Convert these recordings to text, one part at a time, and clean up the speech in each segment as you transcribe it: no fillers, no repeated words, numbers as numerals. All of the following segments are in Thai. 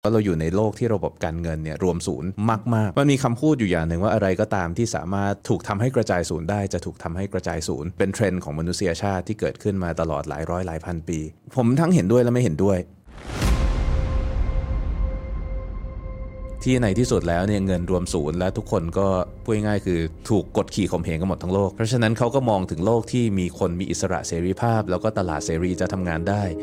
ว่าเราอยู่ในโลกที่ระบบการเงินเนี่ยรวมศูนย์มากๆมันมีคำพูดอยู่อย่างหนึ่งว่าอะไรก็ตามที่สามารถถูกทำให้กระจายศูนย์ได้จะถูกทำให้กระจายศูนย์เป็นเทรนด์ของมนุษยชาติที่เกิดขึ้นมาตลอดหลายร้อยหลายพันปีผมทั้งเห็นด้วยและไม่เห็นด้วยที่ในที่สุดแล้วเนี่ยเงินรวมศูนย์และทุกคนก็พูดง่ายๆคือถูกกดขี่ข่มเหงกันหมดทั้งโลกเพราะฉะนั้นเขาก็มองถึงโลกที่มีคนมีอิสระเสรีภาพแล้วก็ตลาดเสรีจะทำงานได้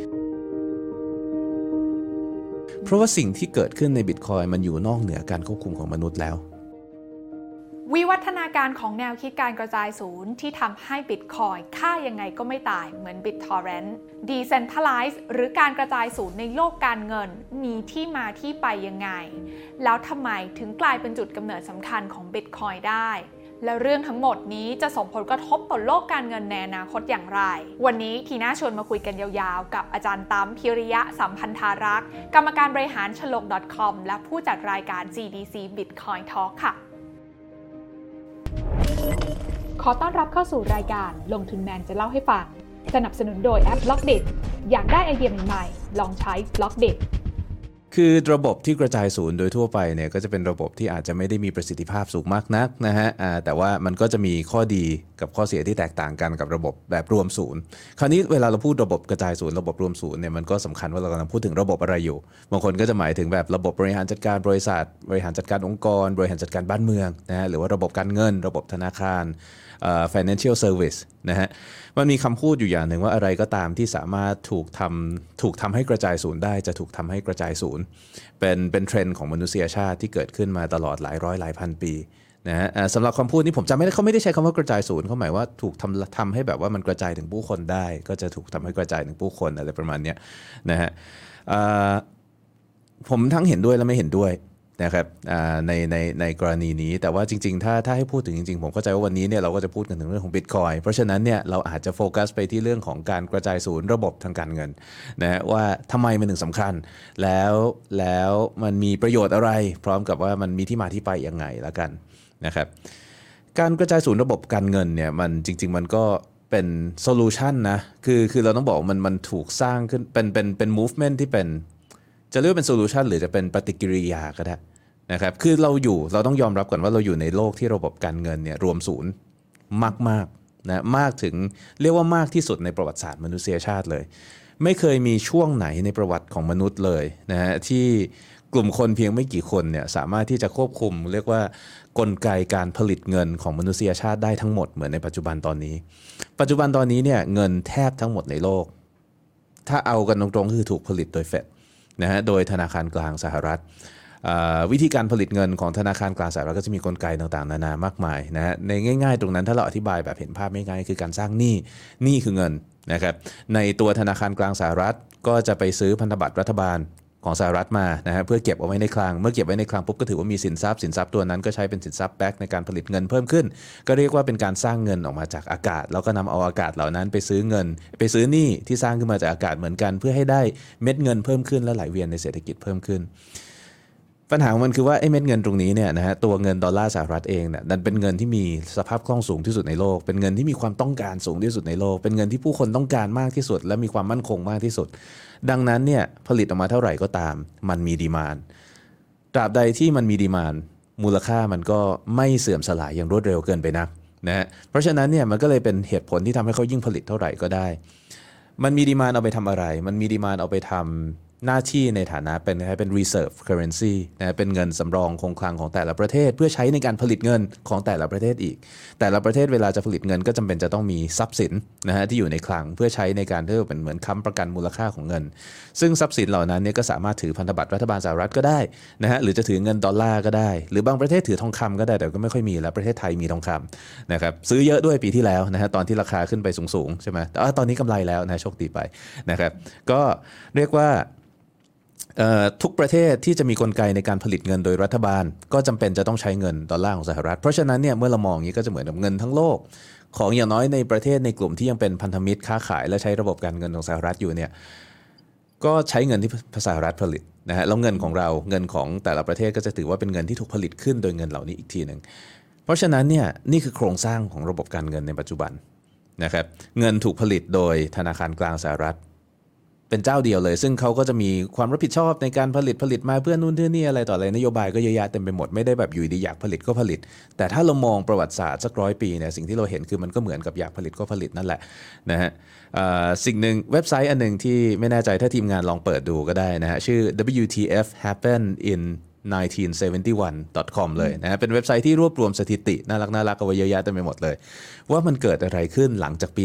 เพราะว่าสิ่งที่เกิดขึ้นใน Bitcoin มันอยู่นอกเหนือการควบคุมของมนุษย์แล้ววิวัฒนาการของแนวคิดการกระจายศูนย์ที่ทำให้ Bitcoin ค่ายังไงก็ไม่ตายเหมือน BitTorrent Decentralized หรือการกระจายศูนย์ในโลกการเงินมีที่มาที่ไปยังไงแล้วทำไมถึงกลายเป็นจุดกำเนิดสำคัญของ Bitcoin ได้และเรื่องทั้งหมดนี้จะส่งผลกระทบต่อโลกการเงินในอนาคตอย่างไรวันนี้ทีน่าชวนมาคุยกันยาวๆกับอาจารย์ตั้มพิริยะสัมพันธารักษ์กรรมการบริหารฉลก .com และผู้จัดรายการ GDC Bitcoin Talk ค่ะขอต้อนรับเข้าสู่รายการลงทุนแมนจะเล่าให้ฟังสนับสนุนโดยแอป Blockdit อยากได้ไอเดียใหม่ๆลองใช้ Blockdit คือระบบที่กระจายศูนย์โดยทั่วไปเนี่ยก็จะเป็นระบบที่อาจจะไม่ได้มีประสิทธิภาพสูงมากนักนะฮะแต่ว่ามันก็จะมีข้อดีกับข้อเสียที่แตกต่างกันกับระบบแบบรวมศูนย์คราวนี้เวลาเราพูดระบบกระจายศูนย์ระบบรวมศูนย์เนี่ยมันก็สำคัญว่าเรากำลังพูดถึงระบบอะไรอยู่บางคนก็จะหมายถึงแบบระบบบริหารจัดการบริษัทบริหารจัดการองค์กรบริหารจัดการบ้านเมืองนะฮะหรือว่าระบบการเงินระบบธนาคารfinancial service นะฮะมันมีคำพูดอยู่อย่างหนึ่งว่าอะไรก็ตามที่สามารถถูกทำให้กระจายศูนย์ได้จะถูกทำให้กระจายศูนย์เป็นเทรนด์ของมนุษยชาติที่เกิดขึ้นมาตลอดหลายร้อยหลายพันปีนะฮะสำหรับคำพูดนี้ผมจำไม่ได้เขาไม่ได้ใช้คำว่ากระจายศูนย์เขาหมายว่าถูกทำให้แบบว่ามันกระจายถึงผู้คนได้ก็จะถูกทำให้กระจายถึงผู้คนอะไรประมาณนี้นะฮะผมทั้งเห็นด้วยและไม่เห็นด้วยนะครับในกรณีนี้แต่ว่าจริงๆถ้าให้พูดถึงจริงๆผมเข้าใจว่าวันนี้เนี่ยเราก็จะพูดกันถึงเรื่องของ Bitcoin เพราะฉะนั้นเนี่ยเราอาจจะโฟกัสไปที่เรื่องของการกระจายศูนย์ระบบทางการเงินนะฮะว่าทำไมมันถึงสำคัญแล้วมันมีประโยชน์อะไรพร้อมกับว่ามันมีที่มาที่ไปยังไงละกันนะครับการกระจายศูนย์ระบบการเงินเนี่ยมันจริงๆมันก็เป็นโซลูชันนะคือเราต้องบอกมันถูกสร้างขึ้นเป็น movement ที่เป็นจะเรียกว่าเป็นโซลูชันหรือจะเป็นปฏิกิริยาก็ได้นะครับคือเราต้องยอมรับก่อนว่าเราอยู่ในโลกที่ระบบการเงินเนี่ยรวมศูนย์มากๆนะมากถึงเรียกว่ามากที่สุดในประวัติศาสตร์มนุษยชาติเลยไม่เคยมีช่วงไหนในประวัติของมนุษย์เลยนะฮะที่กลุ่มคนเพียงไม่กี่คนเนี่ยสามารถที่จะควบคุมเรียกว่ากลไกการผลิตเงินของมนุษยชาติได้ทั้งหมดเหมือนในปัจจุบันตอนนี้เนี่ยเงินแทบทั้งหมดในโลกถ้าเอากันตรงๆคือถูกผลิตโดยเฟดนะฮะโดยธนาคารกลางสหรัฐวิธีการผลิตเงินของธนาคารกลางสหรัฐก็จะมีกลไกต่างๆนานามากมายนะฮะในง่ายๆตรงนั้นถ้าเราอธิบายแบบเห็นภาพง่ายๆคือการสร้างหนี้คือเงินนะครับในตัวธนาคารกลางสหรัฐก็จะไปซื้อพันธบัตรรัฐบาลของสหรัฐมานะฮะเพื่อเก็บเอาไว้ในคลังเมื่อเก็บไว้ในคลังปุ๊บก็ถือว่ามีสินทรัพย์ตัวนั้นก็ใช้เป็นสินทรัพย์แบ็กในการผลิตเงินเพิ่มขึ้นก็เรียกว่าเป็นการสร้างเงินออกมาจากอากาศแล้วก็นำเอาอากาศเหล่านั้นไปซื้อหนี้ที่สร้างขึ้นมาจากอากาศเหมือนกันเพื่อให้ได้เม็ดเงินเพิ่มขึ้นและไหลเวียนในเศรษฐกิจเพิ่มขึ้นปัญหาของมันคือว่าไอ้เม็ดเงินตรงนี้เนี่ยนะฮะตัวเงินดอลลาร์สหรัฐเองเนี่ยดันเป็นเงินที่มีสภาพคล่องสูงที่สุดในโลกเป็นเงินที่มีความต้องการสูงที่สุดในโลกเป็นเงินที่ผู้คนต้องการมากที่สุดและมีความมั่นคงมากที่สุดดังนั้นเนี่ยผลิตออกมาเท่าไหร่ก็ตามมันมีดีมานด์ตราบใดที่มันมีดีมานด์มูลค่ามันก็ไม่เสื่อมสลายอย่างรวดเร็วเกินไปนักนะฮะเพราะฉะนั้นเนี่ยมันก็เลยเป็นเหตุผลที่ทำให้เขายิ่งผลิตเท่าไหร่ก็ได้มันมีดีมานด์เอาไปทำอะไรมันมีดีมานด์เอาไปทำหน้าที่ในฐานะเป็น reserve currency นะเป็นเงินสำรองคงคลังของแต่ละประเทศเพื่อใช้ในการผลิตเงินของแต่ละประเทศอีกแต่ละประเทศเวลาจะผลิตเงินก็จำเป็นจะต้องมีทรัพย์สินนะฮะที่อยู่ในคลังเพื่อใช้ในการที่เป็นเหมือนค้ำประกันมูลค่าของเงินซึ่งทรัพย์สินเหล่านั้นเนี่ยก็สามารถถือพันธบัตรรัฐบาลสหรัฐก็ได้นะฮะหรือจะถือเงินดอลลาร์ก็ได้หรือบางประเทศถือทองคำก็ได้แต่ก็ไม่ค่อยมีแล้วประเทศไทยมีทองคำนะครับซื้อเยอะด้วยปีที่แล้วนะฮะตอนที่ราคาขึ้นไปสูงๆใช่ไหมแต่ว่าตอนนี้กำไรแล้วนะโชคดีไปนะครับก็เรียกว่าทุกประเทศที่จะมีกลไกในการผลิตเงินโดยรัฐบาลก็จำเป็นจะต้องใช้เงินดอลลาร์ของสหรัฐเพราะฉะนั้นเนี่ยเมื่อเรามองอย่างนี้ก็จะเหมือนกับเงินทั้งโลกของอย่างน้อยในประเทศในกลุ่มที่ยังเป็นพันธมิตรค้าขายและใช้ระบบการเงินของสหรัฐอยู่เนี่ยก็ใช้เงินที่สหรัฐผลิตนะฮะแล้วเงินของเราเงินของแต่ละประเทศก็จะถือว่าเป็นเงินที่ถูกผลิตขึ้นโดยเงินเหล่านี้อีกทีนึงเพราะฉะนั้นเนี่ยนี่คือโครงสร้างของระบบการเงินในปัจจุบันนะครับเงินถูกผลิตโดยธนาคารกลางสหรัฐเป็นเจ้าเดียวเลยซึ่งเขาก็จะมีความรับผิดชอบในการผลิตมาเพื่อนู่นเพื่อนี่อะไรต่ออะไรนโยบายก็เยอะแยะเต็มไปหมดไม่ได้แบบอยู่ดีอยากผลิตก็ผลิตแต่ถ้าเรามองประวัติศาสตร์สัก100 ปีเนี่ยสิ่งที่เราเห็นคือมันก็เหมือนกับอยากผลิตก็ผลิตนั่นแหละนะฮะสิ่งหนึ่งเว็บไซต์อันหนึ่งที่ไม่แน่ใจถ้าทีมงานลองเปิดดูก็ได้นะฮะชื่อ WTF Happened in 1971.com เลยนะฮะเป็นเว็บไซต์ที่รวบรวมสถิติน่ารักเอาไว้เยอะแยะเต็มไปหมดเลยว่ามันเกิดอะไรขึ้นหลังจากปี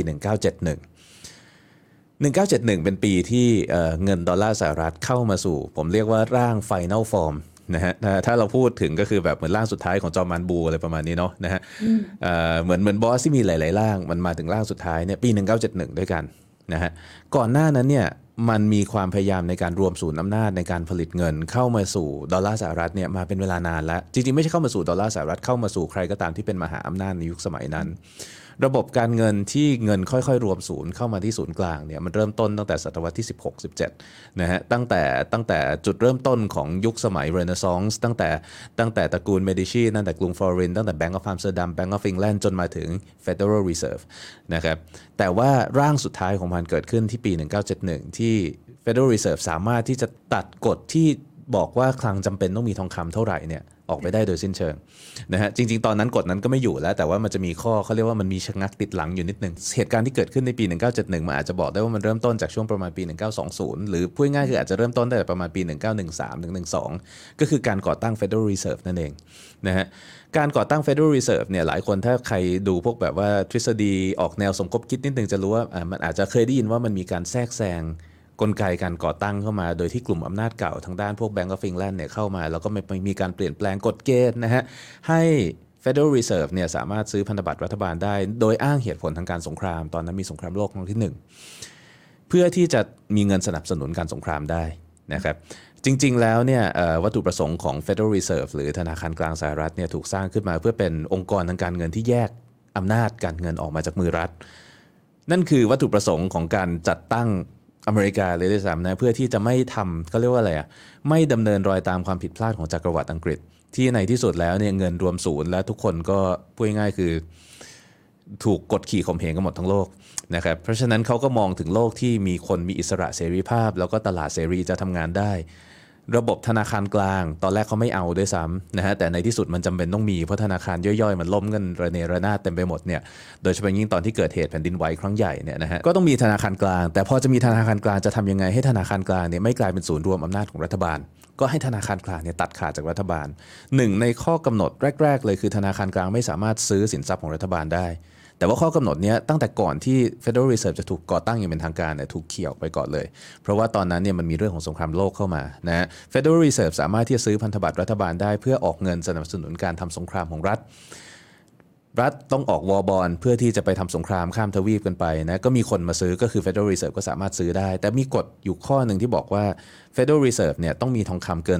1971เป็นปีที่เงินดอลลาร์สหรัฐเข้ามาสู่ผมเรียกว่าร่าง Final Form นะฮะถ้าเราพูดถึงก็คือแบบเหมือนร่างสุดท้ายของจอมันบูอะไรประมาณนี้เนาะนะฮะเหมือนบอสที่มีหลายๆร่างมันมาถึงร่างสุดท้ายเนี่ยปี 1971ด้วยกันนะฮะก่อนหน้านั้นเนี่ยมันมีความพยายามในการรวมศูนย์อำนาจในการผลิตเงินเข้ามาสู่ดอลลาร์สหรัฐเนี่ยมาเป็นเวลานานแล้วจริงๆไม่ใช่เข้ามาสู่ดอลลาร์สหรัฐเข้ามาสู่ใครก็ตามที่เป็นมหาอำนาจในยุคสมัยนั้นระบบการเงินที่เงินค่อยๆรวมศูนย์เข้ามาที่ศูนย์กลางเนี่ยมันเริ่มต้นตั้งแต่ศตวรรษที่16-17นะฮะตั้งแต่จุดเริ่มต้นของยุคสมัยเรเนซองส์ตั้งแต่ตระกูลเมดิชีตั้งแต่กรุงฟลอเรนซ์ตั้งแต่ Bank of Amsterdam Bank of England จนมาถึง Federal Reserve นะครับแต่ว่าร่างสุดท้ายของมันเกิดขึ้นที่ปี 1971 ที่ Federal Reserve สามารถที่จะตัดกฎที่บอกว่าคลังจำเป็นต้องมีทองคำเท่าไหร่เนี่ยออกไปได้โดยสิ้นเชิงนะฮะจริงๆตอนนั้นกฎนั้นก็ไม่อยู่แล้วแต่ว่ามันจะมีข้อเขาเรียกว่ามันมีชะงักติดหลังอยู่นิดนึงเหตุการณ์ที่เกิดขึ้นในปี 1971มันอาจจะบอกได้ว่ามันเริ่มต้นจากช่วงประมาณปี 1920หรือพูดง่ายคืออาจจะเริ่มต้นตั้งแต่ประมาณปี 1913 ถึง 12ก็คือการก่อตั้ง Federal Reserve นั่นเองนะฮะการก่อตั้ง Federal Reserve เนี่ยหลายคนถ้าใครดูพวกแบบว่าทฤษฎีออกแนวสมคบคิดนิดนึงจะรู้ว่ามันอาจจะเคยได้ยินว่ามันมีการแทรกแซงกลไกการก่อตั้งเข้ามาโดยที่กลุ่มอำนาจเก่าทางด้านพวก Bank of England เนี่ยเข้ามาแล้วก็มีการเปลี่ยนแปลงกฎเกณฑ์นะฮะให้ Federal Reserve เนี่ยสามารถซื้อพันธบัตรรัฐบาลได้โดยอ้างเหตุผลทางการสงครามตอนนั้นมีสงครามโลกครั้งที่1เพื่อที่จะมีเงินสนับสนุนการสงครามได้นะครับจริงๆแล้วเนี่ยวัตถุประสงค์ของ Federal Reserve หรือธนาคารกลางสหรัฐเนี่ยถูกสร้างขึ้นมาเพื่อเป็นองค์กรทางการเงินที่แยกอำนาจการเงินออกมาจากมือรัฐนั่นคือวัตถุประสงค์ของการจัดตั้งอเมริกาเลยด้วยซ้ำนะเพื่อที่จะไม่ทำเขาเรียกว่าอะไรไม่ดำเนินรอยตามความผิดพลาดของจักรวรรดิอังกฤษที่ในที่สุดแล้วเนี่ยเงินรวมศูนย์และทุกคนก็พูดง่ายๆคือถูกกดขี่ข่มเหงกันหมดทั้งโลกนะครับเพราะฉะนั้นเขาก็มองถึงโลกที่มีคนมีอิสระเสรีภาพแล้วก็ตลาดเสรีจะทำงานได้ระบบธนาคารกลางตอนแรกเขาไม่เอาด้วยซ้ำนะฮะแต่ในที่สุดมันจำเป็นต้องมีเพราะธนาคารย่อยๆมันล้มกันระเนระนาดเต็มไปหมดเนี่ยโดยเฉพาะยิ่งตอนที่เกิดเหตุแผ่นดินไหวครั้งใหญ่เนี่ยนะฮะก็ต้องมีธนาคารกลางแต่พอจะมีธนาคารกลางจะทำยังไงให้ธนาคารกลางเนี่ยไม่กลายเป็นศูนย์รวมอำนาจของรัฐบาลก็ให้ธนาคารกลางเนี่ยตัดขาดจากรัฐบาลหนึ่งในข้อกำหนดแรกๆเลยคือธนาคารกลางไม่สามารถซื้อสินทรัพย์ของรัฐบาลได้แต่ว่าข้อกำหนดนี้ตั้งแต่ก่อนที่ Federal Reserve จะถูกก่อตั้งอย่างเป็นทางการเนี่ยถูกเขี่ยออกไปก่อนเลยเพราะว่าตอนนั้นเนี่ยมันมีเรื่องของสงครามโลกเข้ามานะ Federal Reserve สามารถที่จะซื้อพันธบัตรรัฐบาลได้เพื่อออกเงินสนับสนุนการทำสงครามของรัฐต้องออกวอร์บอนเพื่อที่จะไปทำสงครามข้ามทวีปกันไปนะก็มีคนมาซื้อก็คือ Federal Reserve ก็สามารถซื้อได้แต่มีกฎอยู่ข้อหนึ่งที่บอกว่า Federal Reserve เนี่ยต้องมีทองคำเกิน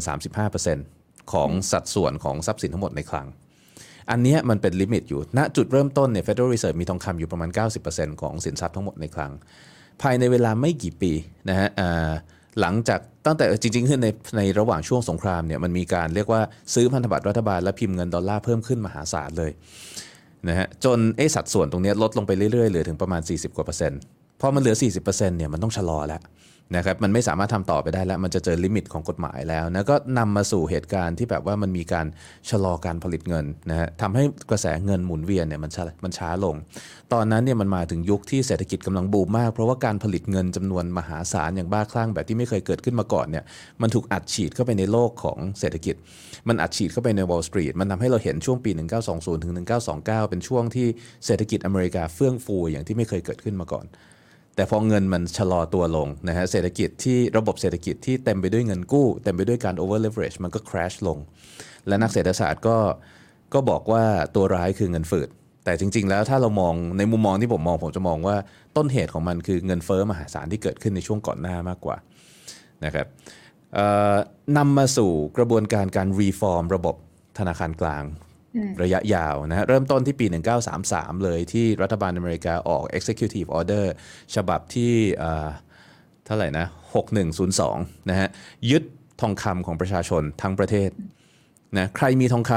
35% ของสัดส่วนของทรัพย์สินทั้งหมดในคลังอันนี้มันเป็นลิมิตอยู่ณจุดเริ่มต้นเนี่ย Federal Reserve มีทองคำอยู่ประมาณ 90% ของสินทรัพย์ทั้งหมดในคลังภายในเวลาไม่กี่ปีนะฮะหลังจากตั้งแต่จริงๆขึ้นในระหว่างช่วงสงครามเนี่ยมันมีการเรียกว่าซื้อพันธบัตรรัฐบาลและพิมพ์เงินดอลลาร์เพิ่มขึ้นมหาศาลเลยนะฮะจนสัดส่วนตรงนี้ลดลงไปเรื่อยๆเหลือถึงประมาณ 40% กว่าพอมันเหลือ 40% เนี่ยมันต้องชะลอแล้วนะครับมันไม่สามารถทำต่อไปได้แล้วมันจะเจอลิมิตของกฎหมายแล้วนะก็นำมาสู่เหตุการณ์ที่แบบว่ามันมีการชะลอการผลิตเงินนะฮะทำให้กระแสเงินหมุนเวียนเนี่ยมันช้าลงตอนนั้นเนี่ยมันมาถึงยุคที่เศรษฐกิจกำลังบูมมากเพราะว่าการผลิตเงินจำนวนมหาศาลอย่างบ้าคลั่งแบบที่ไม่เคยเกิดขึ้นมาก่อนเนี่ยมันถูกอัดฉีดเข้าไปในโลกของเศรษฐกิจมันอัดฉีดเข้าไปใน Wall Street มันทำให้เราเห็นช่วงปี 1920 ถึง 1929 เป็นช่วงที่เศรษฐกิจอเมริกาเฟื่องฟูอย่างที่ไม่เคยเกิดขึ้นมาก่อนแต่พอเงินมันชะลอตัวลงนะฮะระบบเศรษฐกิจที่เต็มไปด้วยเงินกู้เต็มไปด้วยการ over leverage มันก็ crash ลงและนักเศรษฐศาสตร์ก็บอกว่าตัวร้ายคือเงินฝืดแต่จริงๆแล้วถ้าเรามองในมุมมองที่ผมจะมองว่าต้นเหตุของมันคือเงินเฟ้อมหาศาลที่เกิดขึ้นในช่วงก่อนหน้ามากกว่านะครับนำมาสู่กระบวนการreform ระบบธนาคารกลางระยะยาวนะฮะเริ่มต้นที่ปี 1933 เลยที่รัฐบาลอเมริกาออก Executive Order ฉบับที่เท่าไหร่นะ6102นะฮะยึดทองคำของประชาชนทั้งประเทศนะใครมีทองค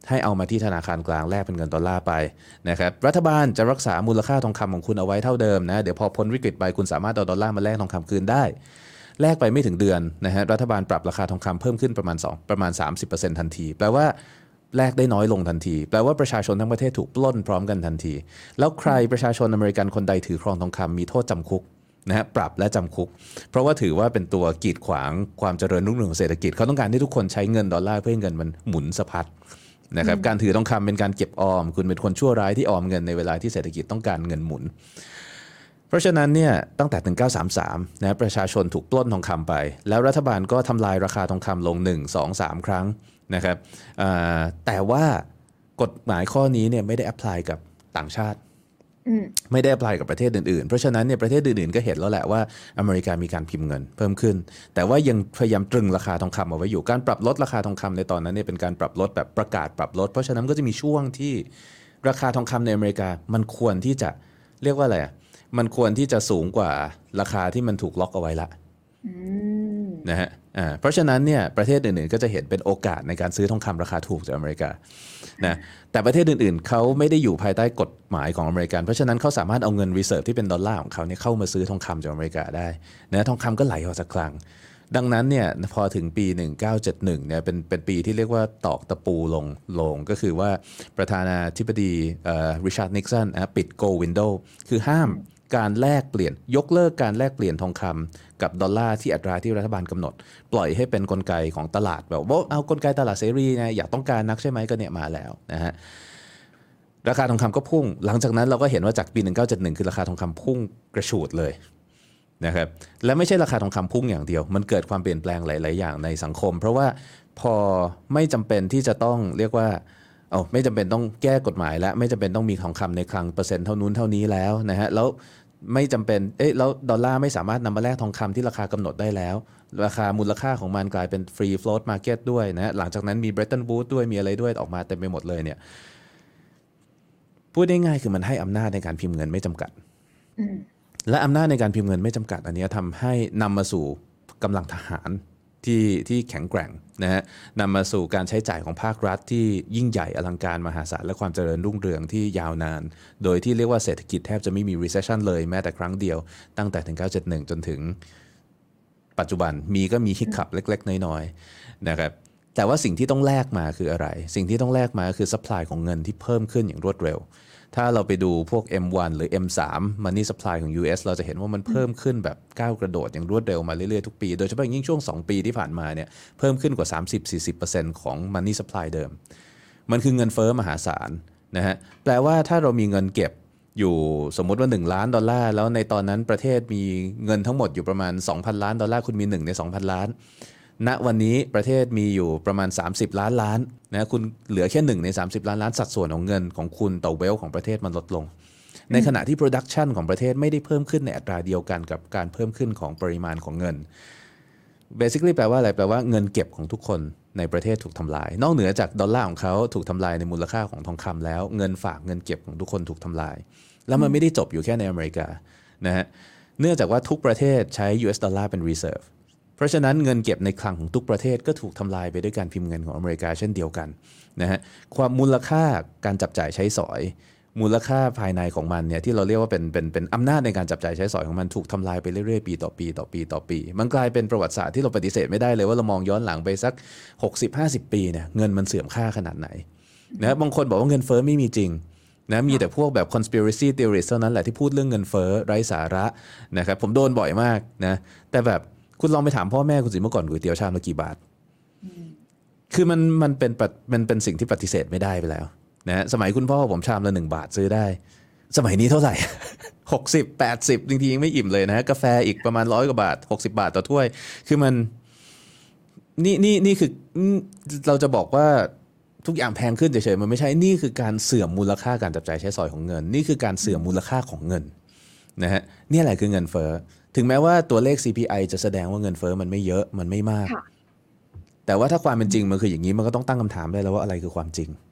ให้เอามาที่ธนาคารกลางแลกเป็นเงินดอลลาร์ไปนะครับรัฐบาลจะรักษามูลค่าทองคำของคุณเอาไว้เท่าเดิมนะเดี๋ยวพอพ้นวิกฤตไปคุณสามารถเอาดอลลาร์มาแลกทองคำคืนได้แลกไปไม่ถึงเดือนนะฮะรัฐบาลปรับราคาทองคำเพิ่มขึ้นประมาณ 30% ทันทีแปลว่าแลกได้น้อยลงทันทีแปลว่าประชาชนทั้งประเทศถูกปล้นพร้อมกันทันทีแล้วใครประชาชนอเมริกันคนใดถือครองทองคำมีโทษจำคุกนะฮะปรับและจำคุกเพราะว่าถือว่าเป็นตัวกีดขวางความเจริญรุ่งเรืองของเศรษฐกิจเขาต้องการให้ทุกคนใช้เงินดอลลาร์เพื่อให้เงินมันหมุนสะพัดนะครับการถือทองคำเป็นการเก็บออมคุณเป็นคนชั่วร้ายที่ออมเงินในเวลาที่เศรษฐกิจต้องการเงินหมุนเพราะฉะนั้นเนี่ยตั้งแต่1933นะประชาชนถูกปล้นทองคำไปแล้วรัฐบาลก็ทำลายราคาทองคำลง1 2 3 ครั้งนะครับแต่ว่ากฎหมายข้อนี้เนี่ยไม่ได้แอพพลายกับต่างชาติไม่ได้แอพพลายกับประเทศอื่นๆเพราะฉะนั้นเนี่ยประเทศอื่นๆก็เห็นแล้วแหละว่าอเมริกามีการพิมพ์เงินเพิ่มขึ้นแต่ว่ายังพยายามตรึงราคาทองคำเอาไว้อยู่การปรับลดราคาทองคำในตอนนั้นเนี่ยเป็นการปรับลดแบบประกาศปรับลดเพราะฉะนั้นก็จะมีช่วงที่ราคาทองคำในอเมริกามันควรที่จะเรียกว่าอะไรมันควรที่จะสูงกว่าราคาที่มันถูกล็อกเอาไว้ละนะฮะเพราะฉะนั้นเนี่ยประเทศอื่นๆก็จะเห็นเป็นโอกาสในการซื้อทองคำราคาถูกจากอเมริกานะแต่ประเทศอื่นๆเขาไม่ได้อยู่ภายใต้กฎหมายของอเมริกันเพราะฉะนั้นเขาสามารถเอาเงินรีเซิร์ฟที่เป็นดอลลาร์ของเขาเนี่ยเข้ามาซื้อทองคำจากอเมริกาได้นะทองคำก็ไหลออกจากคลังดังนั้นเนี่ยพอถึงปี1971เนี่ยเป็นปีที่เรียกว่าตอกตะปูลงก็คือว่าประธานาธิบดีริชาร์ดนิกสันปิด Go Window คือห้ามการแลกเปลี่ยนยกเลิกการแลกเปลี่ยนทองคำกับดอลลาร์ที่อัตราที่รัฐบาลกำหนดปล่อยให้เป็นกลไกของตลาดแบบว่าเอากลไกตลาดเสรีไงอยากต้องการนักใช่ไหมก็เนี่ยมาแล้วนะฮะราคาทองคำก็พุ่งหลังจากนั้นเราก็เห็นว่าจากปี1971คือราคาทองคำพุ่งกระฉูดเลยนะครับและไม่ใช่ราคาทองคำพุ่งอย่างเดียวมันเกิดความเปลี่ยนแปลงหลายๆอย่างในสังคมเพราะว่าพอไม่จำเป็นที่จะต้องเรียกว่าไม่จำเป็นต้องแก้กฎหมายและไม่จำเป็นต้องมีทองคำในคลังเปอร์เซ็นต์เท่านู้นเท่านี้แล้วนะฮะแล้วไม่จำเป็นแล้วดอลลาร์ไม่สามารถนำมาแลกทองคำที่ราคากำหนดได้แล้วราคามูลค่าของมันกลายเป็น free float market ด้วยนะหลังจากนั้นมี Bretton Woods ด้วยมีอะไรด้วยออกมาเต็มไปหมดเลยเนี่ยพูดได้ง่ายคือมันให้อำนาจในการพิมพ์เงินไม่จำกัดและอำนาจในการพิมพ์เงินไม่จำกัดอันนี้ทำให้นำมาสู่กำลังทหารที่แข็งแกร่งนะฮะนำมาสู่การใช้จ่ายของภาครัฐที่ยิ่งใหญ่อลังการมหาศาลและความเจริญรุ่งเรืองที่ยาวนานโดยที่เรียกว่าเศรษฐกิจแทบจะไม่มี recession เลยแม้แต่ครั้งเดียวตั้งแต่1971จนถึงปัจจุบันก็มีฮิกคับเล็กๆน้อยๆนะครับแต่ว่าสิ่งที่ต้องแลกมาคืออะไรสิ่งที่ต้องแลกมาคือ supply ของเงินที่เพิ่มขึ้นอย่างรวดเร็วถ้าเราไปดูพวก M1 หรือ M3 Money Supply ของ US เราจะเห็นว่ามันเพิ่มขึ้นแบบก้าวกระโดดอย่างรวดเร็วมาเรื่อยๆทุกปีโดยเฉพาะยิ่งช่วง2ปีที่ผ่านมาเนี่ยเพิ่มขึ้นกว่า 30-40% ของ Money Supply เดิมมันคือเงินเฟ้อมหาศาลนะฮะแปลว่าถ้าเรามีเงินเก็บอยู่สมมุติว่า$1 ล้านแล้วในตอนนั้นประเทศมีเงินทั้งหมดอยู่ประมาณ$2,000 ล้านคุณมี1ใน2,000 ล้านณวันนี้ประเทศมีอยู่ประมาณ30 ล้านนะคุณเหลือแค่1ใน30 ล้านสัดส่วนของเงินของคุณต่อเวลของประเทศมันลดลงในขณะที่ production ของประเทศไม่ได้เพิ่มขึ้นในอัตราเดียวกันกับการเพิ่มขึ้นของปริมาณของเงิน basically แปลว่าอะไรแปลว่าเงินเก็บของทุกคนในประเทศถูกทำลายนอกเหนือจากดอลลาร์ของเขาถูกทำลายในมูลค่าของทองคำแล้วเงินฝากเงินเก็บของทุกคนถูกทำลายแล้วมันไม่ได้จบอยู่แค่ในอเมริกานะฮะเนื่องจากว่าทุกประเทศใช้ US ดอลลาร์เป็น reserveเพราะฉะนั้นเงินเก็บในคลังของทุกประเทศก็ถูกทำลายไปด้วยการพิมพ์เงินของอเมริกาเช่นเดียวกันนะฮะความมูลค่าการจับจ่ายใช้สอยมูลค่าภายในของมันเนี่ยที่เราเรียกว่าเป็นอำนาจในการจับจ่ายใช้สอยของมันถูกทำลายไปเรื่อยๆปีต่อปีมันกลายเป็นประวัติศาสตร์ที่เราปฏิเสธไม่ได้เลยว่าเรามองย้อนหลังไปสัก 60-50 ปีเนี่ยเงินมันเสื่อมค่าขนาดไหนนะบางคนบอกว่าเงินเฟ้อไม่มีจริงนะมีแต่พวกแบบ conspiracy theorist เท่านั้นแหละที่พูดเรื่องเงินเฟ้อไร้สาระนะครับผมโดนบ่อยมากนะแต่แบบคุณลองไปถามพ่อแม่คุณสิเมื่อก่อนก๋วยเตี๋ยวชามละกี่บาทคือมันเป็นสิ่งที่ปฏิเสธไม่ได้ไปแล้วนะสมัยคุณพ่อผมชามละ1 บาทซื้อได้สมัยนี้เท่าไหร่ 60-80 จริงๆยังไม่อิ่มเลยนะกาแฟอีกประมาณ100 กว่าบาท60 บาทต่อถ้วยคือมันนี่คือเราจะบอกว่าทุกอย่างแพงขึ้นเฉยๆมันไม่ใช่นี่คือการเสื่อมมูลค่าการจับจ่ายใช้สอยของเงินนี่คือการเสื่อมมูลค่าของเงินนะฮะนี่แหละคือเงินเฟ้อถึงแม้ว่าตัวเลข CPI จะแสดงว่าเงินเฟ้อมันไม่เยอะมันไม่มากแต่ว่าถ้าความเป็นจริงมันคืออย่างนี้มันก็ต้องตั้งคำถามได้แล้วว่าอะไรคือความจริง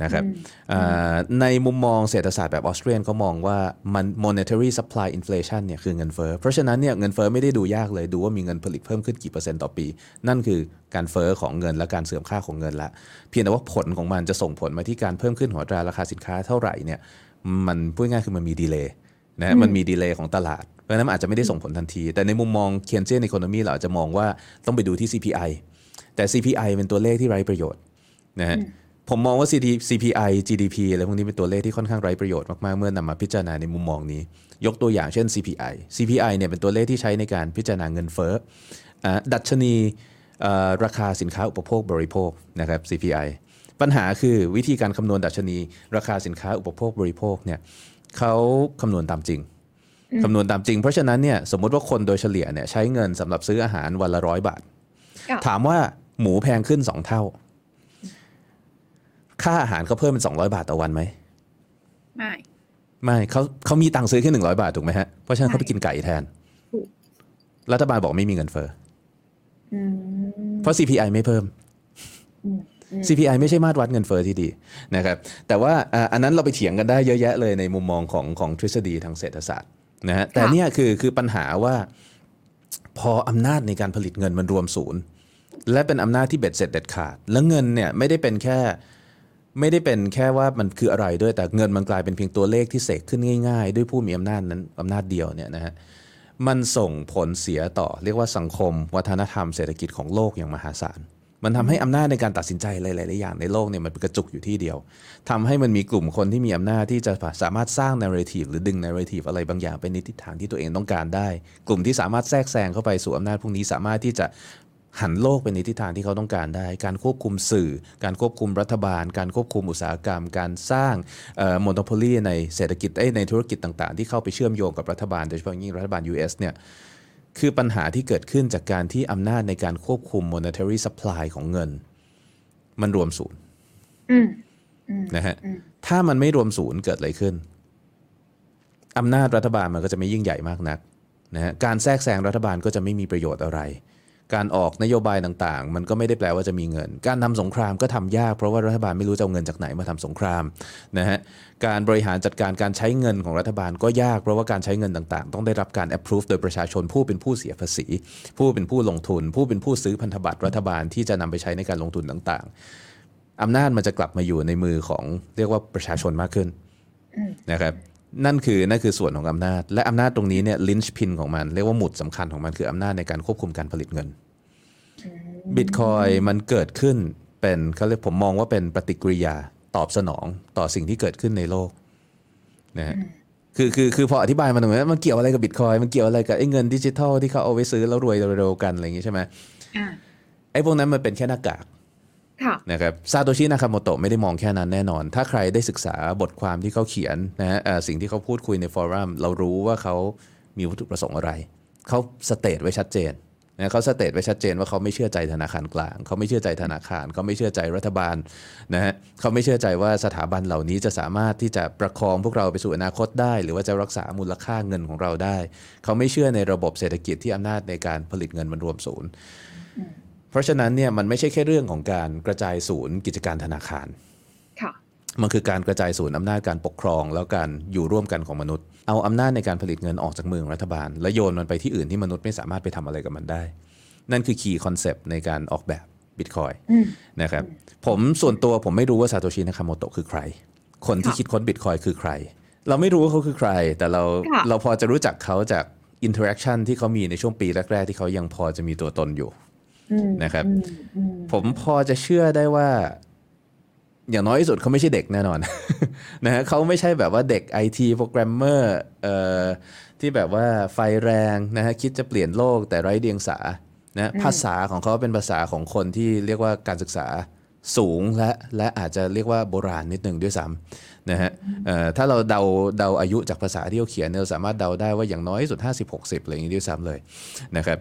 นะครับในมุมมองเศรษฐศาสตร์แบบออสเตรียนเขามองว่ามัน monetary supply inflation เนี่ยคือเงินเฟ้อเพราะฉะนั้นเนี่ยเงินเฟ้อไม่ได้ดูยากเลยดูว่ามีเงินผลิตเพิ่มขึ้นกี่เปอร์เซ็นต์ต่อปีนั่นคือการเฟ้อของเงินและการเสื่อมค่าของเงินละเพียงแต่ว่าผลของมันจะส่งผลมาที่การเพิ่มขึ้นของอัตราราคาสินค้าเท่าไหร่เนี่ยมันพูดง่ายคือมันมีดีเลย์นะมันมีดีเลย์ของตลาดเพราะฉะนั้นอาจจะไม่ได้ส่งผลทันทีแต่ในมุมมอง Keynesian economy เราจะมองว่าต้องไปดูที่ CPI แต่ CPI เป็นตัวเลขที่ไร้ประโยชน์นะฮะผมมองว่า CPI GDP อะไรพวกนี้เป็นตัวเลขที่ค่อนข้างไร้ประโยชน์มากๆเมื่อนำมาพิจารณาในมุมมองนี้ยกตัวอย่างเช่น CPI เนี่ยเป็นตัวเลขที่ใช้ในการพิจารณาเงินเฟ้อดัชนีราคาสินค้าอุปโภคบริโภคนะครับ CPI ปัญหาคือวิธีการคำนวณดัชนีราคาสินค้าอุปโภคบริโภคเนี่ยเขาคำนวณตามจริงเพราะฉะนั้นเนี่ยสมมติว่าคนโดยเฉลี่ยเนี่ยใช้เงินสำหรับซื้ออาหารวันละ100 บาทถามว่าหมูแพงขึ้น2 เท่าค่าอาหารเขาเพิ่มเป็น200 บาทต่อวันไหมไม่เขามีตังค์ซื้อแค่100 บาทถูกไหมฮะเพราะฉะนั้นเขาไปกินไก่แทนรัฐบาลบอกไม่มีเงินเฟ้อเพราะ CPI ไม่เพิ่ม CPI ไม่ใช่มาตรวัดเงินเฟ้อที่ดีนะครับแต่ว่าอันนั้นเราไปเถียงกันได้เยอะแยะเลยในมุมมองของทฤษฎีทางเศรษฐศาสตร์นะฮะแต่เนี่ยคือปัญหาว่าพออำนาจในการผลิตเงินมันรวมศูนย์และเป็นอำนาจที่เบ็ดเสร็จเด็ดขาดแล้วเงินเนี่ยไม่ได้เป็นแค่ว่ามันคืออะไรด้วยแต่เงินมันกลายเป็นเพียงตัวเลขที่เสกขึ้นง่ายๆด้วยผู้มีอำนาจนั้นอำนาจเดียวเนี่ยนะฮะมันส่งผลเสียต่อเรียกว่าสังคมวัฒนธรรมเศรษฐกิจของโลกอย่างมหาศาลมันทำให้อำนาจในการตัดสินใจหลายๆอย่างในโลกเนี่ยมันกระจุกอยู่ที่เดียวทำให้มันมีกลุ่มคนที่มีอำนาจที่จะสามารถสร้าง narrative หรือดึง narrative อะไรบางอย่างไปในทิศทางที่ตัวเองต้องการได้กลุ่มที่สามารถแทรกแซงเข้าไปสู่อำนาจพวกนี้สามารถที่จะหันโลกไปในทิศทางที่เขาต้องการได้การควบคุมสื่อการควบคุมรัฐบาลการควบคุมอุตสาหกรรมการสร้างmonopoly ในเศรษฐกิจในธุรกิจต่างๆที่เข้าไปเชื่อมโยงกับรัฐบาลโดยเฉพาะยิ่งรัฐบาล US เนี่ยคือปัญหาที่เกิดขึ้นจากการที่อำนาจในการควบคุม monetary supply ของเงินมันรวมศูนย์นะฮะถ้ามันไม่รวมศูนย์เกิดอะไรขึ้นอำนาจรัฐบาลมันก็จะไม่ยิ่งใหญ่มากนักนะฮะการแทรกแซงรัฐบาลก็จะไม่มีประโยชน์อะไรการออกนโยบายต่างๆมันก็ไม่ได้แปลว่าจะมีเงินการทำสงครามก็ทำยากเพราะว่ารัฐบาลไม่รู้จะเอาเงินจากไหนมาทำสงครามนะฮะการบริหารจัดการการใช้เงินของรัฐบาลก็ยากเพราะว่าการใช้เงินต่างๆต้องได้รับการ approve โดยประชาชนผู้เป็นผู้เสียภาษีผู้เป็นผู้ลงทุนผู้เป็นผู้ซื้อพันธบัตรรัฐบาลที่จะนำไปใช้ในการลงทุนต่างๆอำนาจมันจะกลับมาอยู่ในมือของเรียกว่าประชาชนมากขึ้นนะครับนั่นคือส่วนของอำนาจและอำนาจตรงนี้เนี่ยลินช์พินของมันเรียกว่าหมุดสำคัญของมันคืออำนาจในการควบคุมการผลิตเงินบิตคอยมันเกิดขึ้นเป็นเขาเรียกผมมองว่าเป็นปฏิกิริยาตอบสนองต่อสิ่งที่เกิดขึ้นในโลกนะฮะคือพออธิบายมันตรงนี้มันเกี่ยวอะไรกับบิตคอยมันเกี่ยวอะไรกับไอ้เงินดิจิทัลที่เขาเอาไว้ซื้อแล้วรวยเร็วๆกันอะไรอย่างงี้ใช่ไหมไอ้พวกนั้นมันเป็นแค่หน้ากากนะครับซาโตชินาคาโมโตะไม่ได้มองแค่นั้นแน่นอนถ้าใครได้ศึกษาบทความที่เขาเขียนนะฮะสิ่งที่เขาพูดคุยในฟอรัมเรารู้ว่าเขามีวัตถุประสงค์อะไรเขาสเตทไว้ชัดเจนนะเขาสเตทไว้ชัดเจนว่าเขาไม่เชื่อใจธนาคารกลางเขาไม่เชื่อใจธนาคารเขาไม่เชื่อใจรัฐบาลนะฮะเขาไม่เชื่อใจว่าสถาบันเหล่านี้จะสามารถที่จะประคองพวกเราไปสู่อนาคตได้หรือว่าจะรักษามูลค่าเงินของเราได้เขาไม่เชื่อในระบบเศรษฐกิจที่อำนาจในการผลิตเงินมันรวมศูนย์เพราะฉะนั้นเนี่ยมันไม่ใช่แค่เรื่องของการกระจายศูนย์กิจการธนาคารมันคือการกระจายศูนย์อำนาจการปกครองแล้วการอยู่ร่วมกันของมนุษย์เอาอำนาจในการผลิตเงินออกจากมือของรัฐบาลและโยนมันไปที่อื่นที่มนุษย์ไม่สามารถไปทำอะไรกับมันได้นั่นคือคีย์คอนเซปต์ในการออกแบบบิตคอยน์นะครับผมส่วนตัวผมไม่รู้ว่าซาโตชินาคาโมโตะคือใครคนที่คิดค้นบิตคอยน์คือใครเราไม่รู้ว่าเขาคือใครแต่เราพอจะรู้จักเขาจากอินเทอร์แอคชั่นที่เขามีในช่วงปีแรกๆที่เขายังพอจะมีตัวตนอยู่นะครับผมพอจะเชื่อได้ว่าอย่างน้อยที่สุดเขาไม่ใช่เด็กแน่นอน นะฮะเขาไม่ใช่แบบว่าเด็ก IT โปรแกรมเมอร์ที่แบบว่าไฟแรงนะฮะคิดจะเปลี่ยนโลกแต่ไร้เดียงสานะภาษาของเขาเป็นภาษาของคนที่เรียกว่าการศึกษาสูงและอาจจะเรียกว่าโบราณนิดนึงด้วยซ้ำนะฮะถ้าเราเดาอายุจากภาษาที่เขาเขียนเราสามารถเดาได้ว่าอย่างน้อยที่สุด50-60อะไรอย่างนี้ด้วยซ้ำเลยนะครับ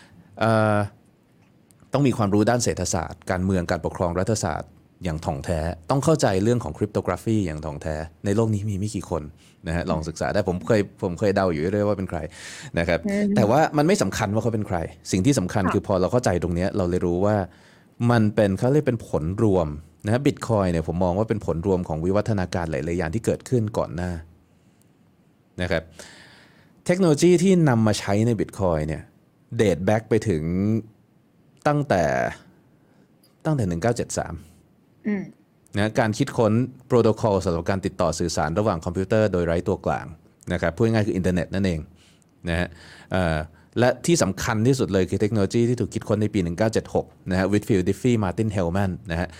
ต้องมีความรู้ด้านเศรษฐศาสตร์การเมืองการปกครองรัฐศาสตร์อย่างถ่องแท้ต้องเข้าใจเรื่องของคริปโตกราฟีอย่างถ่องแท้ในโลกนี้มีไม่กี่คนนะฮะลองศึกษาได้ผมเคยเดาอยู่เรื่อยๆว่าเป็นใครนะครับแต่ว่ามันไม่สำคัญว่าเขาเป็นใครสิ่งที่สำคัญคือพอเราเข้าใจตรงนี้เราเลยรู้ว่ามันเป็นเขาเรียกเป็นผลรวมนะบิตคอยเนี่ยผมมองว่าเป็นผลรวมของวิวัฒนาการหลายๆอย่างที่เกิดขึ้นก่อนหน้านะครับเทคโนโลยีที่นำมาใช้ในบิตคอยเนี่ยเดทแบ็กไปถึงตั้งแต่1973นะการคิดค้นโปรโตคอลสำหรับการติดต่อสื่อสารระหว่างคอมพิวเตอร์โดยไร้ตัวกลางนะครับพูดง่ายๆคืออินเทอร์เน็ตนั่นเองนะฮะและที่สำคัญที่สุดเลยคือเทคโนโลยีที่ถูกคิดค้นในปี 1976 นะฮะ Whitfield Diffie Martin Hellman นะฮะ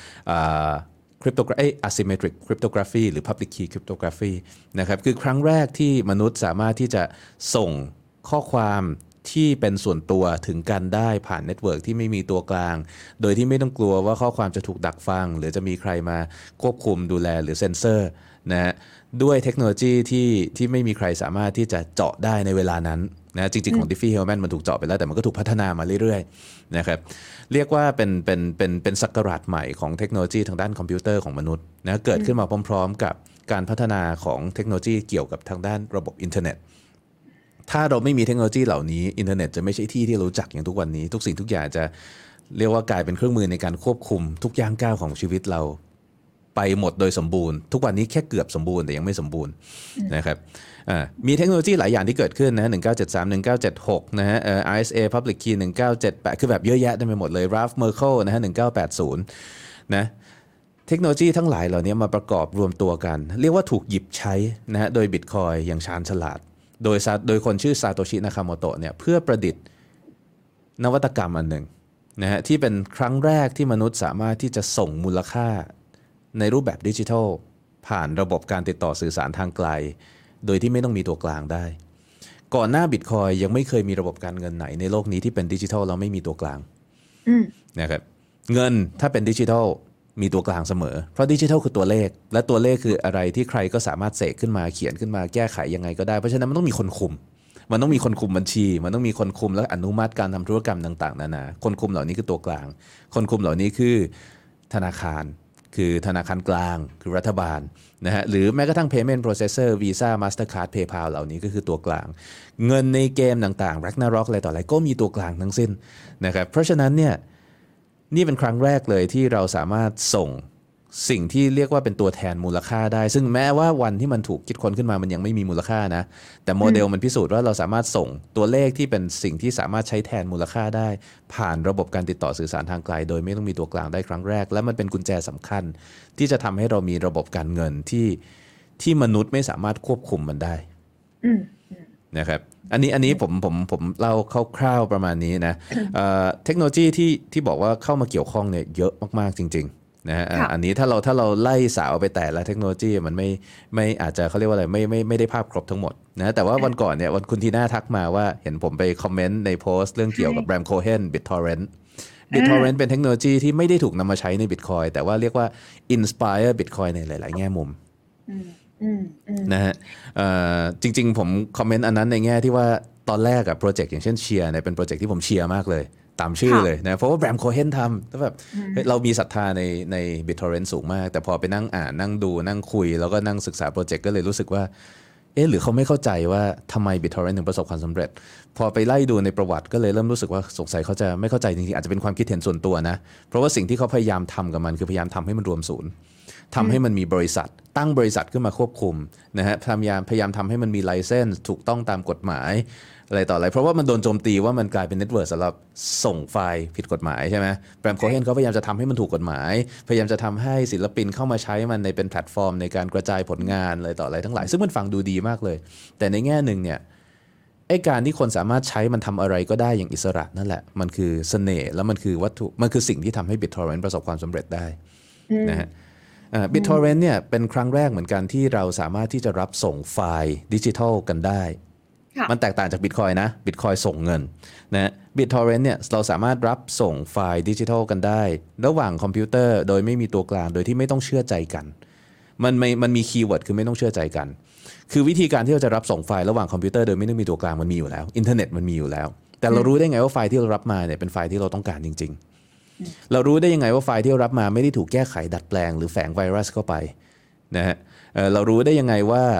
asymmetric cryptography หรือ public key cryptography นะครับคือครั้งแรกที่มนุษย์สามารถที่จะส่งข้อความที่เป็นส่วนตัวถึงกันได้ผ่านเน็ตเวิร์กที่ไม่มีตัวกลางโดยที่ไม่ต้องกลัวว่าข้อความจะถูกดักฟังหรือจะมีใครมาควบคุมดูแลหรือเซ็นเซอร์นะฮะด้วยเทคโนโลยีที่ไม่มีใครสามารถที่จะเจาะได้ในเวลานั้นนะจริงๆของ Diffie Hellman มันถูกเจาะไปแล้วแต่มันก็ถูกพัฒนามาเรื่อยๆนะครับเรียกว่าเป็นศักราชใหม่ของเทคโนโลยีทางด้านคอมพิวเตอร์ของมนุษย์นะเกิดขึ้นมาพร้อมๆกับการพัฒนาของเทคโนโลยีเกี่ยวกับทางด้านระบบอินเทอร์เน็ตถ้าเราไม่มีเทคโนโลยีเหล่านี้อินเทอร์เน็ตจะไม่ใช่ที่ที่รู้จักอย่างทุกวันนี้ทุกสิ่งทุกอย่างจะเรียกว่ากลายเป็นเครื่องมือในการควบคุมทุกย่างก้าวของชีวิตเราไปหมดโดยสมบูรณ์ทุกวันนี้แค่เกือบสมบูรณ์แต่ยังไม่สมบูรณ์นะครับมีเทคโนโลยีหลายอย่างที่เกิดขึ้นนะ1973 1976นะฮะRSA Public Key 1978คือแบบเยอะแยะเต็มไปหมดเลย Ralph Merkle นะฮะ1980นะเทคโนโลยีทั้งหลายเหล่านี้มาประกอบรวมตัวกันเรียกว่าถูกหยิบใช้นะฮะโดย Bitcoin อย่างชาญฉลาดโดยคนชื่อซาโตชินาคาโมโตะเนี่ยเพื่อประดิษฐ์นวัตกรรมอันหนึ่งนะฮะที่เป็นครั้งแรกที่มนุษย์สามารถที่จะส่งมูลค่าในรูปแบบดิจิทัลผ่านระบบการติดต่อสื่อสารทางไกลโดยที่ไม่ต้องมีตัวกลางได้ก่อนหน้า Bitcoin ยังไม่เคยมีระบบการเงินไหนในโลกนี้ที่เป็นดิจิทัลแล้วไม่มีตัวกลางนะครับเงินถ้าเป็นดิจิทัลมีตัวกลางเสมอเพราะดิจิทัลคือตัวเลขและตัวเลขคืออะไรที่ใครก็สามารถเสกขึ้นมาเขียนขึ้นมาแก้ไขยังไงก็ได้เพราะฉะนั้นมันต้องมีคนคุมมันต้องมีคนคุมบัญชีมันต้องมีคนคุมและอนุมัติการทำธุรกรรมต่างๆนานาคนคุมเหล่านี้คือตัวกลางคนคุมเหล่านี้คือธนาคารคือธนาคารกลางคือรัฐบาลนะฮะหรือแม้กระทั่ง payment processor Visa Mastercard PayPal เหล่านี้ก็คือตัวกลางเงินในเกมต่างๆ Ragnarok อะไรต่ออะไรก็มีตัวกลางทั้งสิ้นนะครับเพราะฉะนั้นเนี่ยนี่เป็นครั้งแรกเลยที่เราสามารถส่งสิ่งที่เรียกว่าเป็นตัวแทนมูลค่าได้ซึ่งแม้ว่าวันที่มันถูกคิดค้นขึ้นมามันยังไม่มีมูลค่านะแต่โมเดลมันพิสูจน์ว่าเราสามารถส่งตัวเลขที่เป็นสิ่งที่สามารถใช้แทนมูลค่าได้ผ่านระบบการติดต่อสื่อสารทางไกลโดยไม่ต้องมีตัวกลางได้ครั้งแรกและมันเป็นกุญแจสำคัญที่จะทำให้เรามีระบบการเงินที่มนุษย์ไม่สามารถควบคุมมันได้นะครับอันนี้ผมเล่าคร่าวๆประมาณนี้นะเทคโนโลยีที่บอกว่าเข้ามาเกี่ยวข้องเนี่ยเยอะมากๆจริงๆนะอันนี้ถ้าเราไล่สาวไปแต่ละเทคโนโลยีมันไม่อาจจะเขาเรียกว่าอะไรไม่ได้ภาพครบทั้งหมดนะแต่ว่าวันก่อนเนี่ยวันคุณทีน่าทักมาว่าเห็นผมไปคอมเมนต์ในโพสต์เรื่องเกี่ยวกับแบรมโคเฮน BitTorrent เป็นเทคโนโลยีที่ไม่ได้ถูกนำมาใช้ใน Bitcoin แต่ว่าเรียกว่า inspire Bitcoin ในหลายๆแง่มุมนะฮะจริงๆผมคอมเมนต์อันนั้นในแง่ที่ว่าตอนแรกกับโปรเจกต์อย่างเช่นเชียร์เนี่ยเป็นโปรเจกต์ที่ผมเชียร์มากเลยตามชื่อเลยนะเพราะว่าแบรมโคเฮนทำแล้วแบบเรามีศรัทธาใน BitTorrent สูงมากแต่พอไปนั่งอ่านนั่งดูนั่งคุยแล้วก็นั่งศึกษาโปรเจกต์ก็เลยรู้สึกว่าหรือเขาไม่เข้าใจว่าทำไม BitTorrent ถึงประสบความสำเร็จพอไปไล่ดูในประวัติก็เลยเริ่มรู้สึกว่าสงสัยเขาจะไม่เข้าใจจริงๆอาจจะเป็นความคิดเห็นส่วนตัวนะเพราะว่าสิ่งที่เขาพยายามทำกับมันคือพยายามทำให้มันรวมศูนย์ทำให้มันมีบริษัทตั้งบริษัทขึ้นมาควบคุมนะฮะพยายามทำให้มันมีไลเซนส์ถูกต้องตามกฎหมายอะไรต่ออะไรเพราะว่ามันโดนโจมตีว่ามันกลายเป็นเน็ตเวิร์กสำหรับส่งไฟล์ผิดกฎหมายใช่ไหมแบรมโคเฮนเขาพยายามจะทำให้มันถูกกฎหมายพยายามจะทำให้ศิลปินเข้ามาใช้มันในเป็นแพลตฟอร์มในการกระจายผลงานอะไรต่ออะไรทั้งหลายซึ่งมันฟังดูดีมากเลยแต่ในแง่หนึ่งเนี่ยไอ้การที่คนสามารถใช้มันทำอะไรก็ได้อย่างอิสระนั่นแหละมันคือเสน่ห์แล้วมันคือวัตถุมันคือสิ่งที่ทำให้ BitTorrent ประสบความสำเร็จได้นะฮะBitTorrent เนี่ยเป็นครั้งแรกเหมือนกันที่เราสามารถที่จะรับส่งไฟล์ดิจิทัลกันได้มันแตกต่างจาก Bitcoin นะ Bitcoin ส่งเงินนะ BitTorrent เนี่ยเราสามารถรับส่งไฟล์ดิจิทัลกันได้ระหว่างคอมพิวเตอร์โดยไม่มีตัวกลางโดยที่ไม่ต้องเชื่อใจกันมันมีคีย์เวิร์ดคือไม่ต้องเชื่อใจกันคือวิธีการที่เราจะรับส่งไฟล์ระหว่างคอมพิวเตอร์โดยไม่ต้องมีตัวกลางมันมีอยู่แล้วอินเทอร์เน็ตมันมีอยู่แล้วแต่เรารู้ได้ไงว่าไฟล์ที่เรารับมาเนี่ยเป็นไฟล์ที่เราต้องการจริงๆเรารู้ได้ยังไงว่าไฟล์ที่เรารับมาไม่ได้ถูกแก้ไขดัดแปลงหรือแฝงไวรัสเข้าไปนะฮะเรารู้ได้ยังไงว่า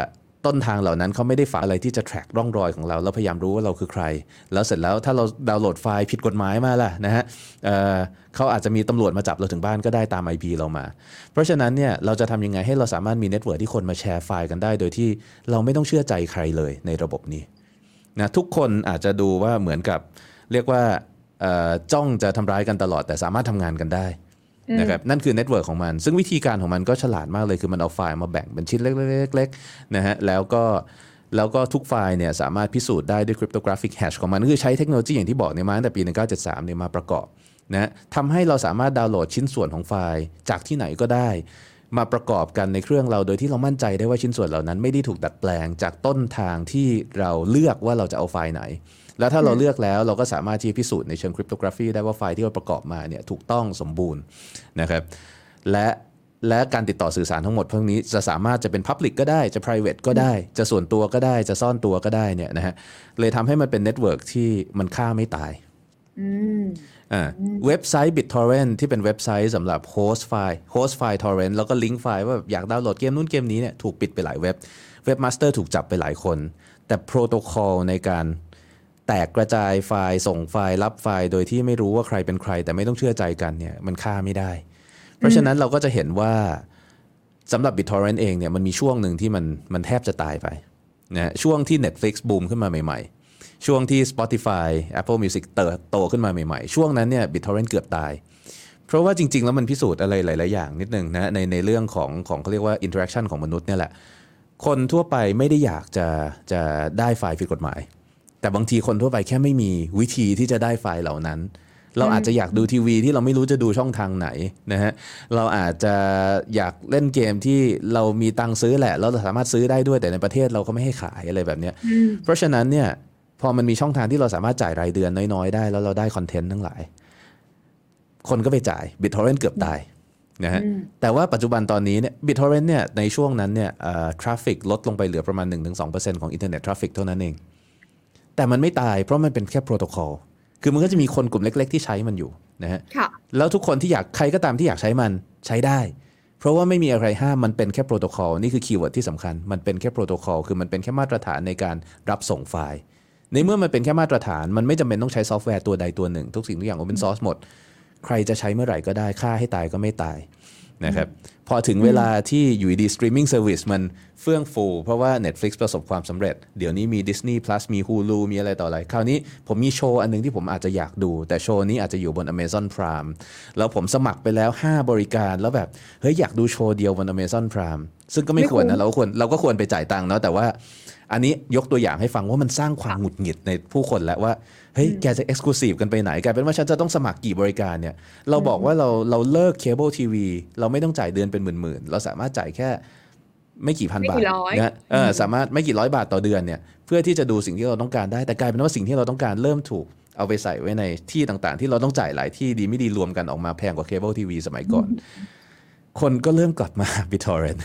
ต้นทางเหล่านั้นเขาไม่ได้ฝากอะไรที่จะ track ร่องรอยของเราแล้วพยายามรู้ว่าเราคือใครแล้วเสร็จแล้วถ้าเราดาวน์โหลดไฟล์ผิดกฎหมายมาล่ะนะฮะเขาอาจจะมีตำรวจมาจับเราถึงบ้านก็ได้ตาม IP เรามาเพราะฉะนั้นเนี่ยเราจะทำยังไงให้เราสามารถมีเน็ตเวิร์คที่คนมาแชร์ไฟล์กันได้โดยที่เราไม่ต้องเชื่อใจใครเลยในระบบนี้นะทุกคนอาจจะดูว่าเหมือนกับเรียกว่าจ้องจะทำร้ายกันตลอดแต่สามารถทำงานกันได้นะครับนั่นคือเน็ตเวิร์คของมันซึ่งวิธีการของมันก็ฉลาดมากเลยคือมันเอาไฟล์มาแบ่งเป็นชิ้นเล็กๆๆนะฮะแล้วก็ทุกไฟล์เนี่ยสามารถพิสูจน์ได้ด้วย cryptographic hash ของมันคือใช้เทคโนโลยีอย่างที่บอกเนี่ยมาตั้งแต่ปี 1973เนี่ยมาประกอบนะทำให้เราสามารถดาวน์โหลดชิ้นส่วนของไฟล์จากที่ไหนก็ได้มาประกอบกันในเครื่องเราโดยที่เรามั่นใจได้ว่าชิ้นส่วนเหล่านั้นไม่ได้ถูกดัดแปลงจากต้นทางที่เราเลือกว่าเราจะเอาไฟล์ไหนแล้วถ้าเราเลือกแล้วเราก็สามารถที่จะพิสูจน์ในเชิง cryptography ได้ว่าไฟล์ที่เราประกอบมาเนี่ยถูกต้องสมบูรณ์นะครับและการติดต่อสื่อสารทั้งหมดพวกนี้จะสามารถจะเป็น Public ก็ได้จะ Private ก็ได้จะส่วนตัวก็ได้จะซ่อนตัวก็ได้เนี่ยนะฮะเลยทำให้มันเป็นเน็ตเวิร์กที่มันฆ่าไม่ตายเว็บไซต์ BitTorrent ที่เป็นเว็บไซต์สำหรับโฮสต์ไฟล์ torrent แล้วก็ลิงก์ไฟล์ว่าอยากดาวน์โหลดเกมนู้นเกมนี้เนี่ยถูกปิดไปหลายเว็บมาสเตอร์ถูกจับไปหลายคนแต่โปรโตคอลในการแตกกระจายไฟล์ส่งไฟล์รับไฟล์โดยที่ไม่รู้ว่าใครเป็นใครแต่ไม่ต้องเชื่อใจกันเนี่ยมันฆ่าไม่ได้เพราะฉะนั้นเราก็จะเห็นว่าสำหรับ BitTorrent เองเนี่ยมันมีช่วงหนึ่งที่มันแทบจะตายไปนะช่วงที่ Netflix บูมขึ้นมาใหม่ๆช่วงที่ Spotify Apple Music โตขึ้นมาใหม่ๆช่วงนั้นเนี่ย BitTorrent เกือบตายเพราะว่าจริงๆแล้วมันพิสูจน์อะไรหลายๆอย่างนิดนึงนะในเรื่องของเขาเรียกว่า interaction ของมนุษย์เนี่ยแหละคนทั่วไปไม่ได้อยากจะได้ไฟล์ผิดกฎหมายแต่บางทีคนทั่วไปแค่ไม่มีวิธีที่จะได้ไฟล์เหล่านั้นเราอาจจะอยากดูทีวีที่เราไม่รู้จะดูช่องทางไหนนะฮะเราอาจจะอยากเล่นเกมที่เรามีตังค์ซื้อแหละแล้วเราสามารถซื้อได้ด้วยแต่ในประเทศเราก็ไม่ให้ขายอะไรแบบนี้เพราะฉะนั้นเนี่ยพอมันมีช่องทางที่เราสามารถจ่ายรายเดือนน้อยๆได้แล้วเราได้คอนเทนต์ทั้งหลายคนก็ไปจ่าย BitTorrent เกือบตายนะฮะแต่ว่าปัจจุบันตอนนี้เนี่ย BitTorrent เนี่ยในช่วงนั้นเนี่ยทราฟฟิกลดลงไปเหลือประมาณ 1-2% ของอินเทอร์เน็ตทราฟฟิกเท่านั้นเองแต่มันไม่ตายเพราะมันเป็นแค่โปรโตคอลคือมันก็จะมีคนกลุ่มเล็กๆที่ใช้มันอยู่นะฮะแล้วทุกคนที่อยากใครก็ตามที่อยากใช้มันใช้ได้เพราะว่าไม่มีอะไรห้ามมันเป็นแค่โปรโตคอลนี่คือคีย์เวิร์ดที่สำคัญมันเป็นแค่โปรโตคอลคือมันเป็นแค่มาตรฐานในการรับส่งไฟล์ในเมื่อมันเป็นแค่มาตรฐานมันไม่จำเป็นต้องใช้ซอฟต์แวร์ตัวใดตัวหนึ่งทุกสิ่งทุกอย่าง Open Source หมดใครจะใช้เมื่อไหร่ก็ได้ฆ่าให้ตายก็ไม่ตายนะครับพอถึงเวลาที่อยู่ดี streaming service มันเฟื่องฟูเพราะว่า Netflix ประสบความสำเร็จเดี๋ยวนี้มี Disney Plus มี Hulu มีอะไรต่ออะไรคราวนี้ผมมีโชว์อันนึงที่ผมอาจจะอยากดูแต่โชว์นี้อาจจะอยู่บน Amazon Prime แล้วผมสมัครไปแล้ว5บริการแล้วแบบเฮ้ยอยากดูโชว์เดียวบน Amazon Prime ซึ่งก็ไม่ควรนะเราก็ควรไปจ่ายตังค์เนาะแต่ว่าอันนี้ยกตัวอย่างให้ฟังว่ามันสร้างความหงุดหงิดในผู้คนแล้วว่าเฮ้ยแกจะ exclusive กันไปไหนกลายเป็นว่าฉันจะต้องสมัครกี่บริการเนี่ยเราบอกว่าเราเลิกเคเบิลทีวีเราไม่ต้องจ่ายเดือนเป็นหมื่นๆเราสามารถจ่ายแค่ไม่กี่พันบาทนะสามารถไม่กี่ร้อยบาทต่อเดือนเนี่ยเพื่อที่จะดูสิ่งที่เราต้องการได้แต่กลายเป็นว่าสิ่งที่เราต้องการเริ่มถูกเอาไปใส่ไว้ในที่ต่างๆที่เราต้องจ่ายหลายที่ดีไม่ดีรวมกันออกมาแพงกว่าเคเบิลทีวีสมัยก่อนคนก็เริ่มกลับมา BitTorrent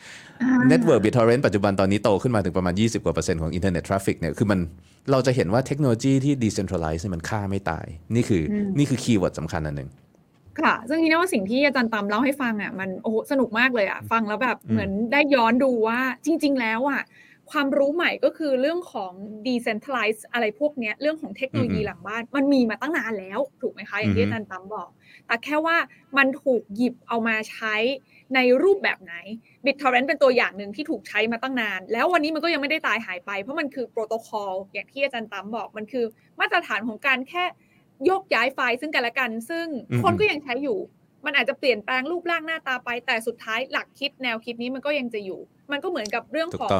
Network BitTorrent ปัจจุบันตอนนี้โตขึ้นมาถึงประมาณ 20% กว่าของอินเทอร์เน็ตทราฟฟิกเนี่ยคือมันเราจะเห็นว่าเทคโนโลยีที่ decentralize มันฆ่าไม่ตายนี่คือคีย์เวิร์ดสำคัญอันหนึ่งค่ะซึ่งที่นี่ว่าสิ่งที่อาจารย์ตามเล่าให้ฟังอ่ะมันโอ้โหสนุกมากเลยอ่ะฟังแล้วแบบเหมือนได้ย้อนดูว่าจริงๆแล้วอ่ะความรู้ใหม่ก็คือเรื่องของ decentralize อะไรพวกเนี้ยเรื่องของเทคโนโลยีหลังบ้านมันมีมาตั้งนานแล้วถูกไหมคะอย่างที่อาจารย์ตามบอกแต่แค่ว่ามันถูกหยิบเอามาใช้ในรูปแบบไหน BitTorrent เป็นตัวอย่างหนึ่งที่ถูกใช้มาตั้งนานแล้ววันนี้มันก็ยังไม่ได้ตายหายไปเพราะมันคือโปรโตคอลอย่างที่อาจารย์ตามบอกมันคือมาตรฐานของการแค่ยกย้ายไฟล์ซึ่งกันและกันซึ่งคนก็ยังใช้อยู่มันอาจจะเปลี่ยนแปลงรูปร่างหน้าตาไปแต่สุดท้ายหลักคิดแนวคิดนี้มันก็ยังจะอยู่มันก็เหมือนกับเรื่องของ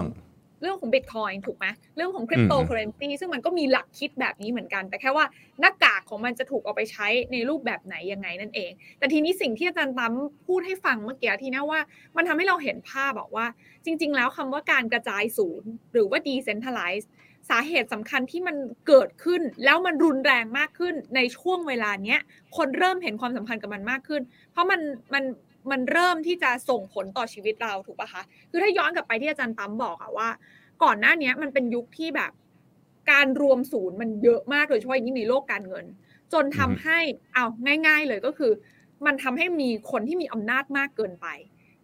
Bitcoin ถูกไหมเรื่องของ Cryptocurrency ซึ่งมันก็มีหลักคิดแบบนี้เหมือนกันแต่แค่ว่าหน้ากากของมันจะถูกเอาไปใช้ในรูปแบบไหนยังไงนั่นเองแต่ทีนี้สิ่งที่อาจารย์ตั้มพูดให้ฟังเมื่อกี้ทีน่าว่ามันทำให้เราเห็นภาพบอกว่าจริงๆแล้วคำว่าการกระจายศูนย์หรือว่า Decentralize สาเหตุสำคัญที่มันเกิดขึ้นแล้วมันรุนแรงมากขึ้นในช่วงเวลาเนี้ยคนเริ่มเห็นความสำคัญกับมันมากขึ้นเพราะมันเริ่มที่จะส่งผลต่อชีวิตเราถูกปะคะคือถ้าย้อนกลับไปที่อาจารย์ตั้มบอกอะว่าก่อนหน้านี้มันเป็นยุคที่แบบการรวมศูนย์มันเยอะมากโดยเฉพาะอย่างนี้ในโลกการเงินจนทำให้เอาง่ายๆเลยก็คือมันทำให้มีคนที่มีอำนาจมากเกินไป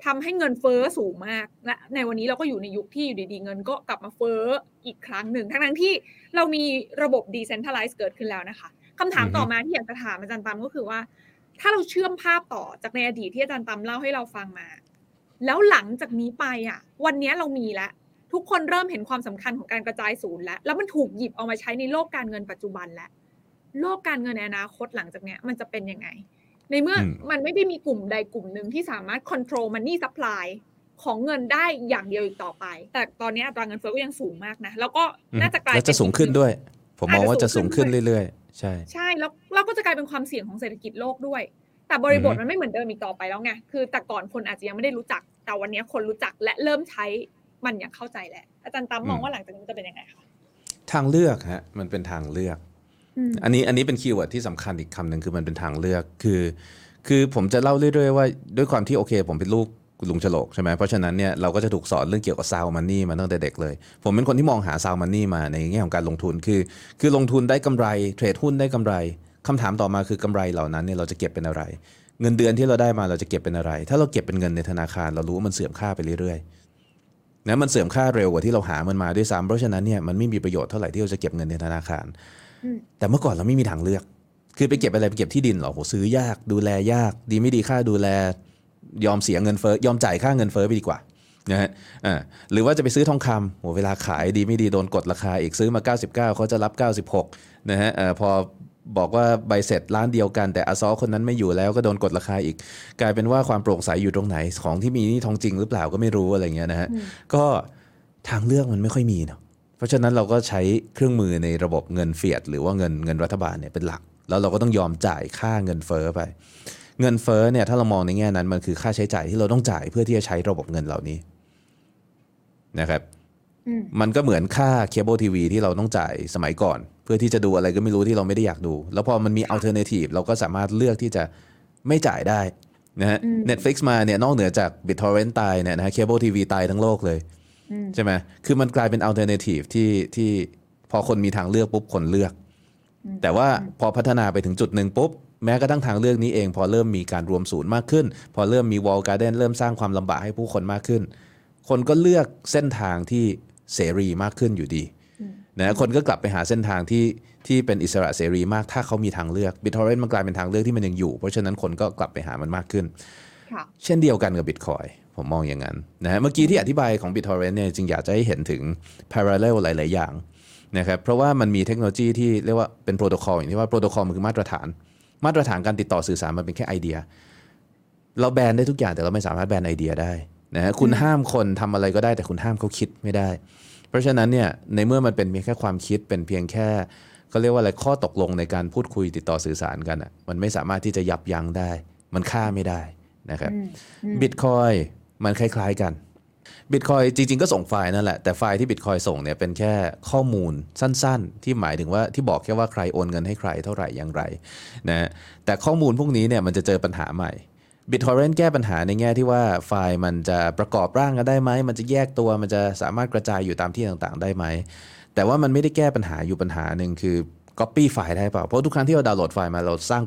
ทำให้เงินเฟ้อสูงมากและในวันนี้เราก็อยู่ในยุคที่อยู่ดีๆเงินก็กลับมาเฟ้ออีกครั้งหนึ่งทั้งที่เรามีระบบ decentralize เกิดขึ้นแล้วนะคะคำถามต่อมาที่อยากจะถามอาจารย์ตั้มก็คือว่าถ้าเราเชื่อมภาพต่อจากในอดีตที่อาจารย์ตั้มเล่าให้เราฟังมาแล้วหลังจากนี้ไปวันนี้เรามีแล้วทุกคนเริ่มเห็นความสำคัญของการกระจายศูนย์แล้วมันถูกหยิบเอามาใช้ในโลกการเงินปัจจุบันแล้วโลกการเงินในอนาคตหลังจากนี้มันจะเป็นยังไงในเมื่อมันไม่ได้มีกลุ่มใดกลุ่มหนึ่งที่สามารถ control money supply ของเงินได้อย่างเดียวอีกต่อไปแต่ตอนนี้อัตราเงินเฟ้อก็ยังสูงมากนะแล้วก็น่าจะกลายเป็นจะสูงขึ้นด้วยผมมองว่าจะสูงขึ้นเรื่อยๆใช่แล้วเราก็จะกลายเป็นความเสี่ยงของเศรษฐกิจโลกด้วยแต่บริบทมันไม่เหมือนเดิมอีกต่อไปแล้วไงคือแต่ก่อนคนอาจจะยังไม่ได้รู้จักแต่วันนี้คนรู้จักและเริ่มใช้มันอย่างเข้าใจแล้วอาจารย์ตั้มมองว่าหลังจากนี้จะเป็นยังไงคะทางเลือกฮะมันเป็นทางเลือกอันนี้เป็นคีย์เวิร์ดที่สำคัญอีกคำหนึ่งคือมันเป็นทางเลือกคือผมจะเล่าเรื่อยๆว่าด้วยความที่โอเคผมเป็นลูกลุงฉลกใช่ไหมเพราะฉะนั้นเนี่ยเราก็จะถูกสอนเรื่องเกี่ยวกับซาวมันนี่มาตั้งแต่เด็กเลยผมเป็นคนที่มองหาซาวมันนี่มาในแง่ของการลงทุนคือลงทุนได้กำไรเทรดหุ้นได้กำไรคำถามต่อมาคือกำไรเหล่านั้นเนี่ยเราจะเก็บเป็นอะไรเงินเดือนที่เราได้มาเราจะเก็บเป็นอะไรถ้าเราเก็บเป็นเงินในธนาคารเรารู้ว่ามันเสื่อมค่าไปเรื่อยๆนะมันเสื่อมค่าเร็วกว่าที่เราหามันมาด้วยซ้ำเพราะฉะนั้นเนี่ยมันไม่มีประโยชน์เท่าไหร่ที่เราจะเก็บเงินในธนาคารแต่เมื่อก่อนเราไม่มีทางเลือกคือไปเก็บอะไรไปเก็บที่ดินหรอโหซื้อยากดูแลยากดีไม่ดีค่าดูแลยอมเสียเงินเฟ้อยอมจ่ายค่าเงินเฟ้อไปดีกว่านะฮะหรือว่าจะไปซื้อทองคำโหเวลาขายดีไม่ดีโดนกดราคาอีกซื้อมา99เขาจะรับ96นะฮะพอบอกว่าใบเสร็จร้านเดียวกันแต่อาซอคนนั้นไม่อยู่แล้วก็โดนกดราคาอีกกลายเป็นว่าความโปร่งใสอยู่ตรงไหนของที่มีนี่ทองจริงหรือเปล่าก็ไม่รู้อะไรเงี้ยนะฮะก็ทางเลือกมันไม่ค่อยมีเนาะเพราะฉะนั้นเราก็ใช้เครื่องมือในระบบเงินเฟียดหรือว่าเงินรัฐบาลเนี่ยเป็นหลักแล้วเราก็ต้องยอมจ่ายค่าเงินเฟ้อไปเงินเฟ้อเนี่ยถ้าเรามองในแง่นั้นมันคือค่าใช้จ่ายที่เราต้องจ่ายเพื่อที่จะใช้ระบบเงินเหล่านี้นะครับมันก็เหมือนค่าเคเบิลทีวีที่เราต้องจ่ายสมัยก่อนเพื่อที่จะดูอะไรก็ไม่รู้ที่เราไม่ได้อยากดูแล้วพอมันมีอัลเทอร์เนทีฟเราก็สามารถเลือกที่จะไม่จ่ายได้นะฮะ Netflix มาเนี่ยนอกเหนือจาก BitTorrent ตายเนี่ยนะฮะเคเบิลทีวีตายทั้งโลกเลยใช่ไหมคือมันกลายเป็นอัลเทอร์เนทีฟที่พอคนมีทางเลือกปุ๊บคนเลือกแต่ว่าพอพัฒนาไปถึงจุดหนึ่งปุ๊บแม้กระทั่งทางเลือกนี้เองพอเริ่มมีการรวมศูนย์มากขึ้นพอเริ่มมี Wall Garden เริ่มสร้างความลำบากให้ผู้คนมากขึ้นคนก็เลือกเส้นทางที่เสรีมากขึ้นอยู่ดีนะคนก็กลับไปหาเส้นทางที่เป็นอิสระเสรีมากถ้าเขามีทางเลือก BitTorrent มันกลายเป็นทางเลือกที่มันยังอยู่เพราะฉะนั้นคนก็กลับไปหามันมากขึ้นเช่นเดียวกันกับ Bitcoin ผมมองอย่างนั้นนะฮะเมื่อกี้ที่อธิบายของ BitTorrent เนี่ยจริงอยากจะให้เห็นถึง parallel หลายๆอย่างนะครับเพราะว่ามันมีเทคโนโลยีที่เรียกว่าเป็นโปรโตคอลอย่างที่ว่าโปรโตคอลมันคือมาตรฐานการติดต่อสื่อสารมันเป็นแค่ไอเดียเราแบนได้ทุกอย่างแต่เราไม่สามารถแบนไอเดียได้นะฮะคุณห้ามคนทำอะไรก็ได้แต่คุณห้ามเขาคิดไม่ได้เพราะฉะนั้นเนี่ยในเมื่อมันเป็นเพียงแค่ความคิดเป็นเพียงแค่เขาเรียกว่าอะไรข้อตกลงในการพูดคุยติดต่อสื่อสารกันอ่ะมันไม่สามารถที่จะยับยั้งได้มันฆ่าไม่ได้นะครับ Bitcoin มันคล้ายๆกัน Bitcoin จริงๆก็ส่งไฟล์นั่นแหละแต่ไฟล์ที่ Bitcoin ส่งเนี่ยเป็นแค่ข้อมูลสั้นๆที่หมายถึงว่าที่บอกแค่ว่าใครโอนเงินให้ใครเท่าไหร่อย่างไรนะแต่ข้อมูลพวกนี้เนี่ยมันจะเจอปัญหาใหม่ BitTorrent แก้ปัญหาในแง่ที่ว่าไฟล์มันจะประกอบร่างกันได้ไหมมันจะแยกตัวมันจะสามารถกระจายอยู่ตามที่ต่างๆได้ไหมแต่ว่ามันไม่ได้แก้ปัญหาอยู่ปัญหาหนึ่งคือ copy ไฟล์ได้เปล่าเพราะทุกครั้งที่เราดาวน์โหลดไฟล์มาเราสร้าง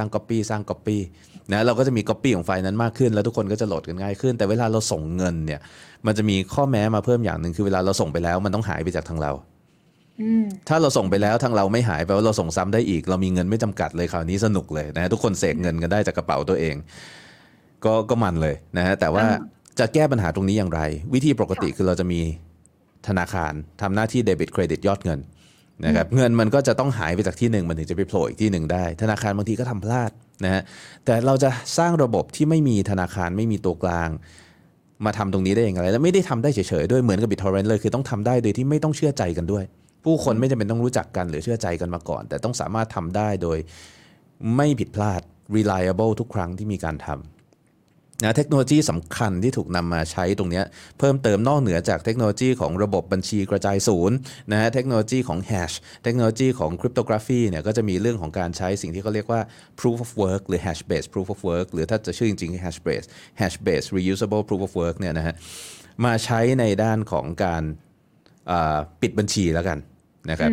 copy นะเราก็จะมี copy ของไฟล์นั้นมากขึ้นแล้วทุกคนก็จะโหลดกันง่ายขึ้นแต่เวลาเราส่งเงินเนี่ยมันจะมีข้อแม้มาเพิ่มอย่างหนึ่งคือเวลาเราส่งไปแล้วมันต้องหายไปจากทางเราถ้าเราส่งไปแล้วทางเราไม่หายแปลว่าเราส่งซ้ำได้อีกเรามีเงินไม่จำกัดเลยคราวนี้สนุกเลยนะทุกคนเสกเงินกันได้จากกระเป๋าตัวเองก็มันเลยนะฮะแต่ว่าจะแก้ปัญหาตรงนี้อย่างไรวิธีปกติคือเราจะมีธนาคารทำหน้าที่เดบิตเครดิตยอดเงินนะครับเงินมันก็จะต้องหายไปจากที่หนึ่งมันถึงจะไปโผล่อีกที่หนึ่งได้ธนาคารบางทีก็ทำพลาดนะฮะแต่เราจะสร้างระบบที่ไม่มีธนาคารไม่มีตัวกลางมาทำตรงนี้ได้อย่างไรและไม่ได้ทำได้เฉยๆด้วยเหมือนกับ BitTorrent เลยคือต้องทำได้โดยที่ไม่ต้องเชื่อใจกันด้วยผู้คนไม่จำเป็นต้องรู้จักกันหรือเชื่อใจกันมาก่อนแต่ต้องสามารถทำได้โดยไม่ผิดพลาด reliable ทุกครั้งที่มีการทำนะเทคโนโลยีสำคัญที่ถูกนำมาใช้ตรงนี้เพิ่มเติมนอกเหนือจากเทคโนโลยีของระบบบัญชีกระจายศูนย์นะฮะเทคโนโลยีของแฮชเทคโนโลยีของคริปโตกราฟีเนี่ยก็จะมีเรื่องของการใช้สิ่งที่เขาเรียกว่า proof of work หรือ hash based proof of work หรือถ้าจะชื่อจริงๆ hash based reusable proof of work เนี่ยนะฮะมาใช้ในด้านของการปิดบัญชีแล้วกันนะครับ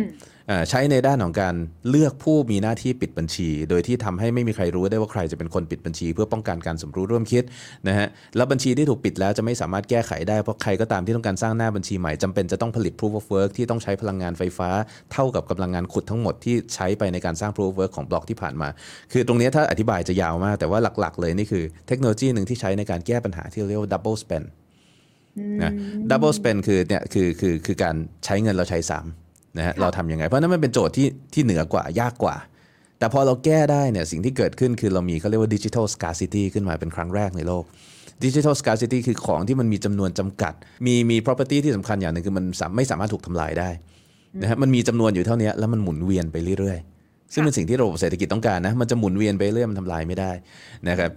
ใช้ในด้านของการเลือกผู้มีหน้าที่ปิดบัญชีโดยที่ทำให้ไม่มีใครรู้ได้ว่าใครจะเป็นคนปิดบัญชีเพื่อป้องกันการสมรู้ร่วมคิดนะฮะแล้วบัญชีที่ถูกปิดแล้วจะไม่สามารถแก้ไขได้เพราะใครก็ตามที่ต้องการสร้างหน้าบัญชีใหม่จำเป็นจะต้องผลิต proof of work ที่ต้องใช้พลังงานไฟฟ้าเท่ากับกำลังงานขุดทั้งหมดที่ใช้ไปในการสร้าง proof of work ของบล็อกที่ผ่านมาคือตรงนี้ถ้าอธิบายจะยาวมากแต่ว่าหลักๆเลยนี่คือเทคโนโลยีหนึ่งที่ใช้ในการแก้ปัญหาที่เรียกว่า double spend นะ double spend คือเนี่ยคือการใช้เงินเราใช้ซ้ำนะฮะเราทำยังไงเพราะนั้นมันเป็นโจทย์ที่เหนือกว่ายากกว่าแต่พอเราแก้ได้เนี่ยสิ่งที่เกิดขึ้นคือเรามีเขาเรียกว่า digital scarcity ขึ้นมาเป็นครั้งแรกในโลก digital scarcity คือของที่มันมีจำนวนจำกัดมี property ที่สำคัญอย่างหนึ่งคือมันไม่สามารถถูกทำลายได้นะฮะมันมีจำนวนอยู่เท่านี้แล้วมันหมุนเวียนไปเรื่อยๆซึ่งเป็นสิ่งที่ระบบเศรษฐกิจต้องการนะมันจะหมุนเวียนไปเรื่อยมันทำลายไม่ได้นะครับ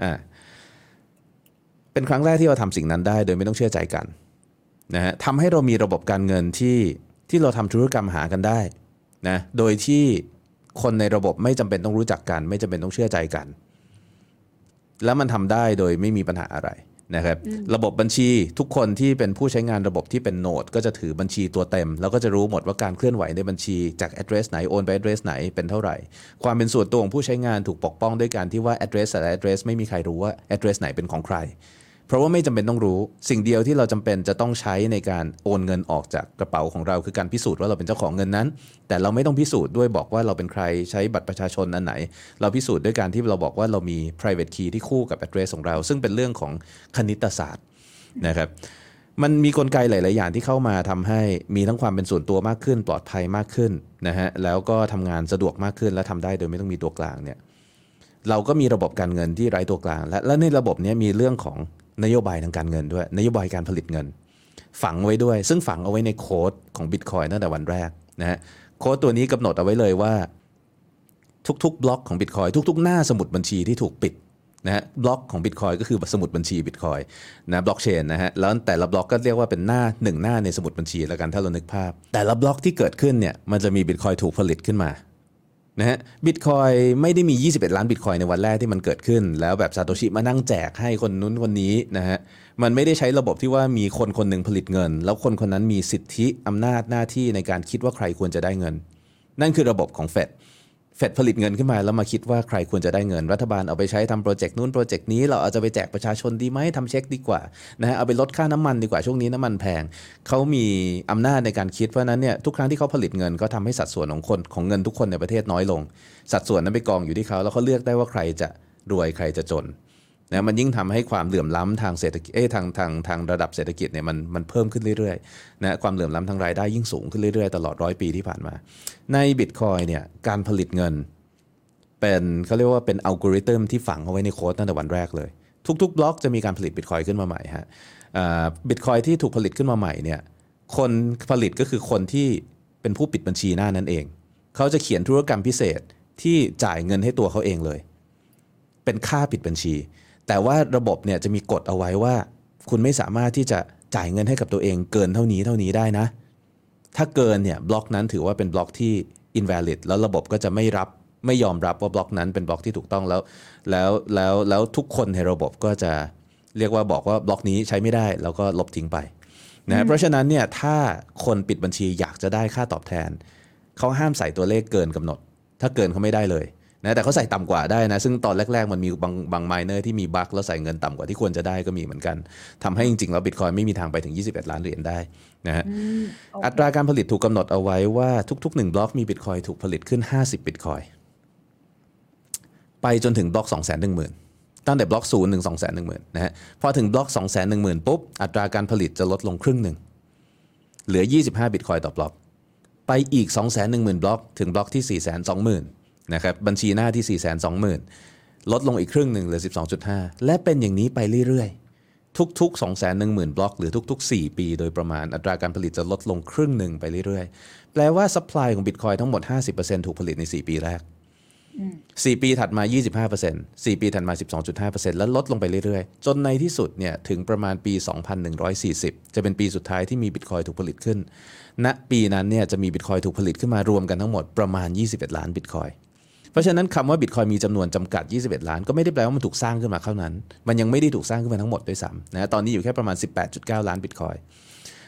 เป็นครั้งแรกที่เราทำสิ่งนั้นได้โดยไม่ต้องเชื่อใจกันนะฮะทำให้เรามีระบบการเงินที่เราทำธุรกรรมหากันได้นะโดยที่คนในระบบไม่จำเป็นต้องรู้จักกันไม่จำเป็นต้องเชื่อใจกันแล้วมันทำได้โดยไม่มีปัญหาอะไรนะครับระบบบัญชีทุกคนที่เป็นผู้ใช้งานระบบที่เป็นโนดก็จะถือบัญชีตัวเต็มแล้วก็จะรู้หมดว่าการเคลื่อนไหวในบัญชีจาก address ไหนโอนไป address ไหนเป็นเท่าไหร่ความเป็นส่วนตัวของผู้ใช้งานถูกปกป้องด้วยการที่ว่า address แต่ละ address ไม่มีใครรู้ว่า address ไหนเป็นของใครเพราะว่าไม่จำเป็นต้องรู้สิ่งเดียวที่เราจำเป็นจะต้องใช้ในการโอนเงินออกจากกระเป๋าของเราคือการพิสูจน์ว่าเราเป็นเจ้าของเงินนั้นแต่เราไม่ต้องพิสูจน์ด้วยบอกว่าเราเป็นใครใช้บัตรประชาชนอันไหนเราพิสูจน์ด้วยการที่เราบอกว่าเรามี private key ที่คู่กับ address ของเราซึ่งเป็นเรื่องของคณิตศาสตร์นะครับมันมีกลไกหลายๆอย่างที่เข้ามาทำให้มีทั้งความเป็นส่วนตัวมากขึ้นปลอดภัยมากขึ้นนะฮะแล้วก็ทำงานสะดวกมากขึ้นและทำได้โดยไม่ต้องมีตัวกลางเนี่ยเราก็มีระบบการเงินที่ไร้ตัวกลางและในระบบนี้มีเรื่องของนโยบายทางการเงินด้วยนโยบายการผลิตเงินฝังไว้ด้วยซึ่งฝังเอาไว้ในโค้ดของ Bitcoin ตั้งแต่วันแรกนะฮะโค้ดตัวนี้กำหนดเอาไว้เลยว่าทุกๆบล็อกของ Bitcoin ทุกๆหน้าสมุดบัญชีที่ถูกปิดนะฮะบล็อกของ Bitcoin ก็คือสมุดบัญชี Bitcoin นะบล็อกเชนนะฮะแล้วแต่ละบล็อกก็เรียกว่าเป็นหน้า1หน้าในสมุดบัญชีแล้วกันถ้าเรานึกภาพแต่ละบล็อกที่เกิดขึ้นเนี่ยมันจะมี Bitcoin ถูกผลิตขึ้นมานะฮะบิตคอยไม่ได้มี21ล้านบิตคอยในวันแรกที่มันเกิดขึ้นแล้วแบบซาโตชิมานั่งแจกให้คนนู้นคนนี้นะฮะมันไม่ได้ใช้ระบบที่ว่ามีคนคนหนึ่งผลิตเงินแล้วคนคนนั้นมีสิทธิอำนาจหน้าที่ในการคิดว่าใครควรจะได้เงินนั่นคือระบบของเฟดผลิตเงินขึ้นมาแล้วมาคิดว่าใครควรจะได้เงินรัฐบาลเอาไปใช้ทำโปรเจกต์นู้นโปรเจกต์นี้เราเอาจะไปแจกประชาชนดีไหมทำเช็คดีกว่านะฮะเอาไปลดค่าน้ำมันดีกว่าช่วงนี้น้ำมันแพงเขามีอำนาจในการคิดเพราะนั้นเนี่ยทุกครั้งที่เขาผลิตเงินก็ทำให้สัดส่วนของเงินทุกคนในประเทศน้อยลงสัดส่วนนั้นไปกองอยู่ที่เขาแล้วเขาเลือกได้ว่าใครจะรวยใครจะจนนะมันยิ่งทำให้ความเหลื่อมล้ำทางเศรษฐกิจทางระดับเศรษฐกิจเนี่ยมันเพิ่มขึ้นเรื่อยๆนะความเหลื่อมล้ำทางรายได้ยิ่งสูงขึ้นเรื่อยๆตลอด100 ปีที่ผ่านมาใน Bitcoin เนี่ยการผลิตเงินเป็นเขาเรียกว่าเป็นอัลกอริทึมที่ฝังเอาไว้ในโค้ดตั้งแต่วันแรกเลยทุกๆบล็อกจะมีการผลิต Bitcoin ขึ้นมาใหม่ฮะBitcoin ที่ถูกผลิตขึ้นมาใหม่เนี่ยคนผลิตก็คือคนที่เป็นผู้ปิดบัญชีหน้านั้นเองเขาจะเขียนธุรกรรมพิเศษที่จ่ายเงินให้ตัวเขาเองเลยเป็นค่าปิดบัญชีแต่ว่าระบบเนี่ยจะมีกฎเอาไว้ว่าคุณไม่สามารถที่จะจ่ายเงินให้กับตัวเองเกินเท่านี้ได้นะถ้าเกินเนี่ยบล็อกนั้นถือว่าเป็นบล็อกที่ invalid แล้วระบบก็จะไม่ยอมรับว่าบล็อกนั้นเป็นบล็อกที่ถูกต้องแล้วทุกคนในระบบก็จะเรียกว่าบอกว่าบล็อกนี้ใช้ไม่ได้แล้วก็ลบทิ้งไปนะเพราะฉะนั้นเนี่ยถ้าคนปิดบัญชีอยากจะได้ค่าตอบแทนเขาห้ามใส่ตัวเลขเกินกำหนดถ้าเกินเขาไม่ได้เลยนะแต่เขาใส่ต่ำกว่าได้นะซึ่งตอนแรกๆมันมีบางไมเนอร์ที่มีบั๊กแล้วใส่เงินต่ำกว่าที่ควรจะได้ก็มีเหมือนกันทำให้จริงๆแล้ว Bitcoin ไม่มีทางไปถึง21ล้านเหรียญได้นะฮะอัตราการผลิตถูกกำหนดเอาไว้ว่าทุกๆ1บล็อกมี Bitcoin ถูกผลิตขึ้น50 Bitcoinไปจนถึงบล็อก 210,000 ตั้งแต่บล็อก0ถึง 210,000 นะฮะพอถึงบล็อก 210,000 ปุ๊บอัตราการผลิตจะลดลงครึ่งหนึ่งเหลือ25 Bitcoin ต่อบล็อกไปอีก 210,000 บล็อกถึงบล็อกที่ 420,000 นะครับบัญชีหน้าที่ 420,000 ลดลงอีกครึ่งหนึ่งเหลือ 12.5 และเป็นอย่างนี้ไปเรื่อยๆทุกๆ 210,000 บล็อกหรือทุกๆ4 ปีโดยประมาณอัตราการผลิตจะลดลงครึ่งหนึ่งไปเรื่อยๆแปลว่าซัพพลายของ Bitcoin ทั้งหมด 50% ถูกผลิตใน4 ปีแรก4 ปีถัดมา 25% 4 ปีถัดมา 12.5% แล้วลดลงไปเรื่อยๆจนในที่สุดเนี่ยถึงประมาณปี 2140 จะเป็นปีสุดท้ายที่มี Bitcoin ถูกผลิตขึ้นณปีนั้นเนี่ยจะมี Bitcoin ถูกผลิตขึ้นมารวมกันทั้งหมดประมาณ21ล้าน Bitcoin เพราะฉะนั้นคำว่า Bitcoin มีจำนวนจำกัด21ล้านก็ไม่ได้แปลว่ามันถูกสร้างขึ้นมาเท่านั้นมันยังไม่ได้ถูกสร้างขึ้นมาทั้งหมดด้วยซ้ำนะตอนนี้อยู่แค่ประมาณ 18.9 ล้าน Bitcoin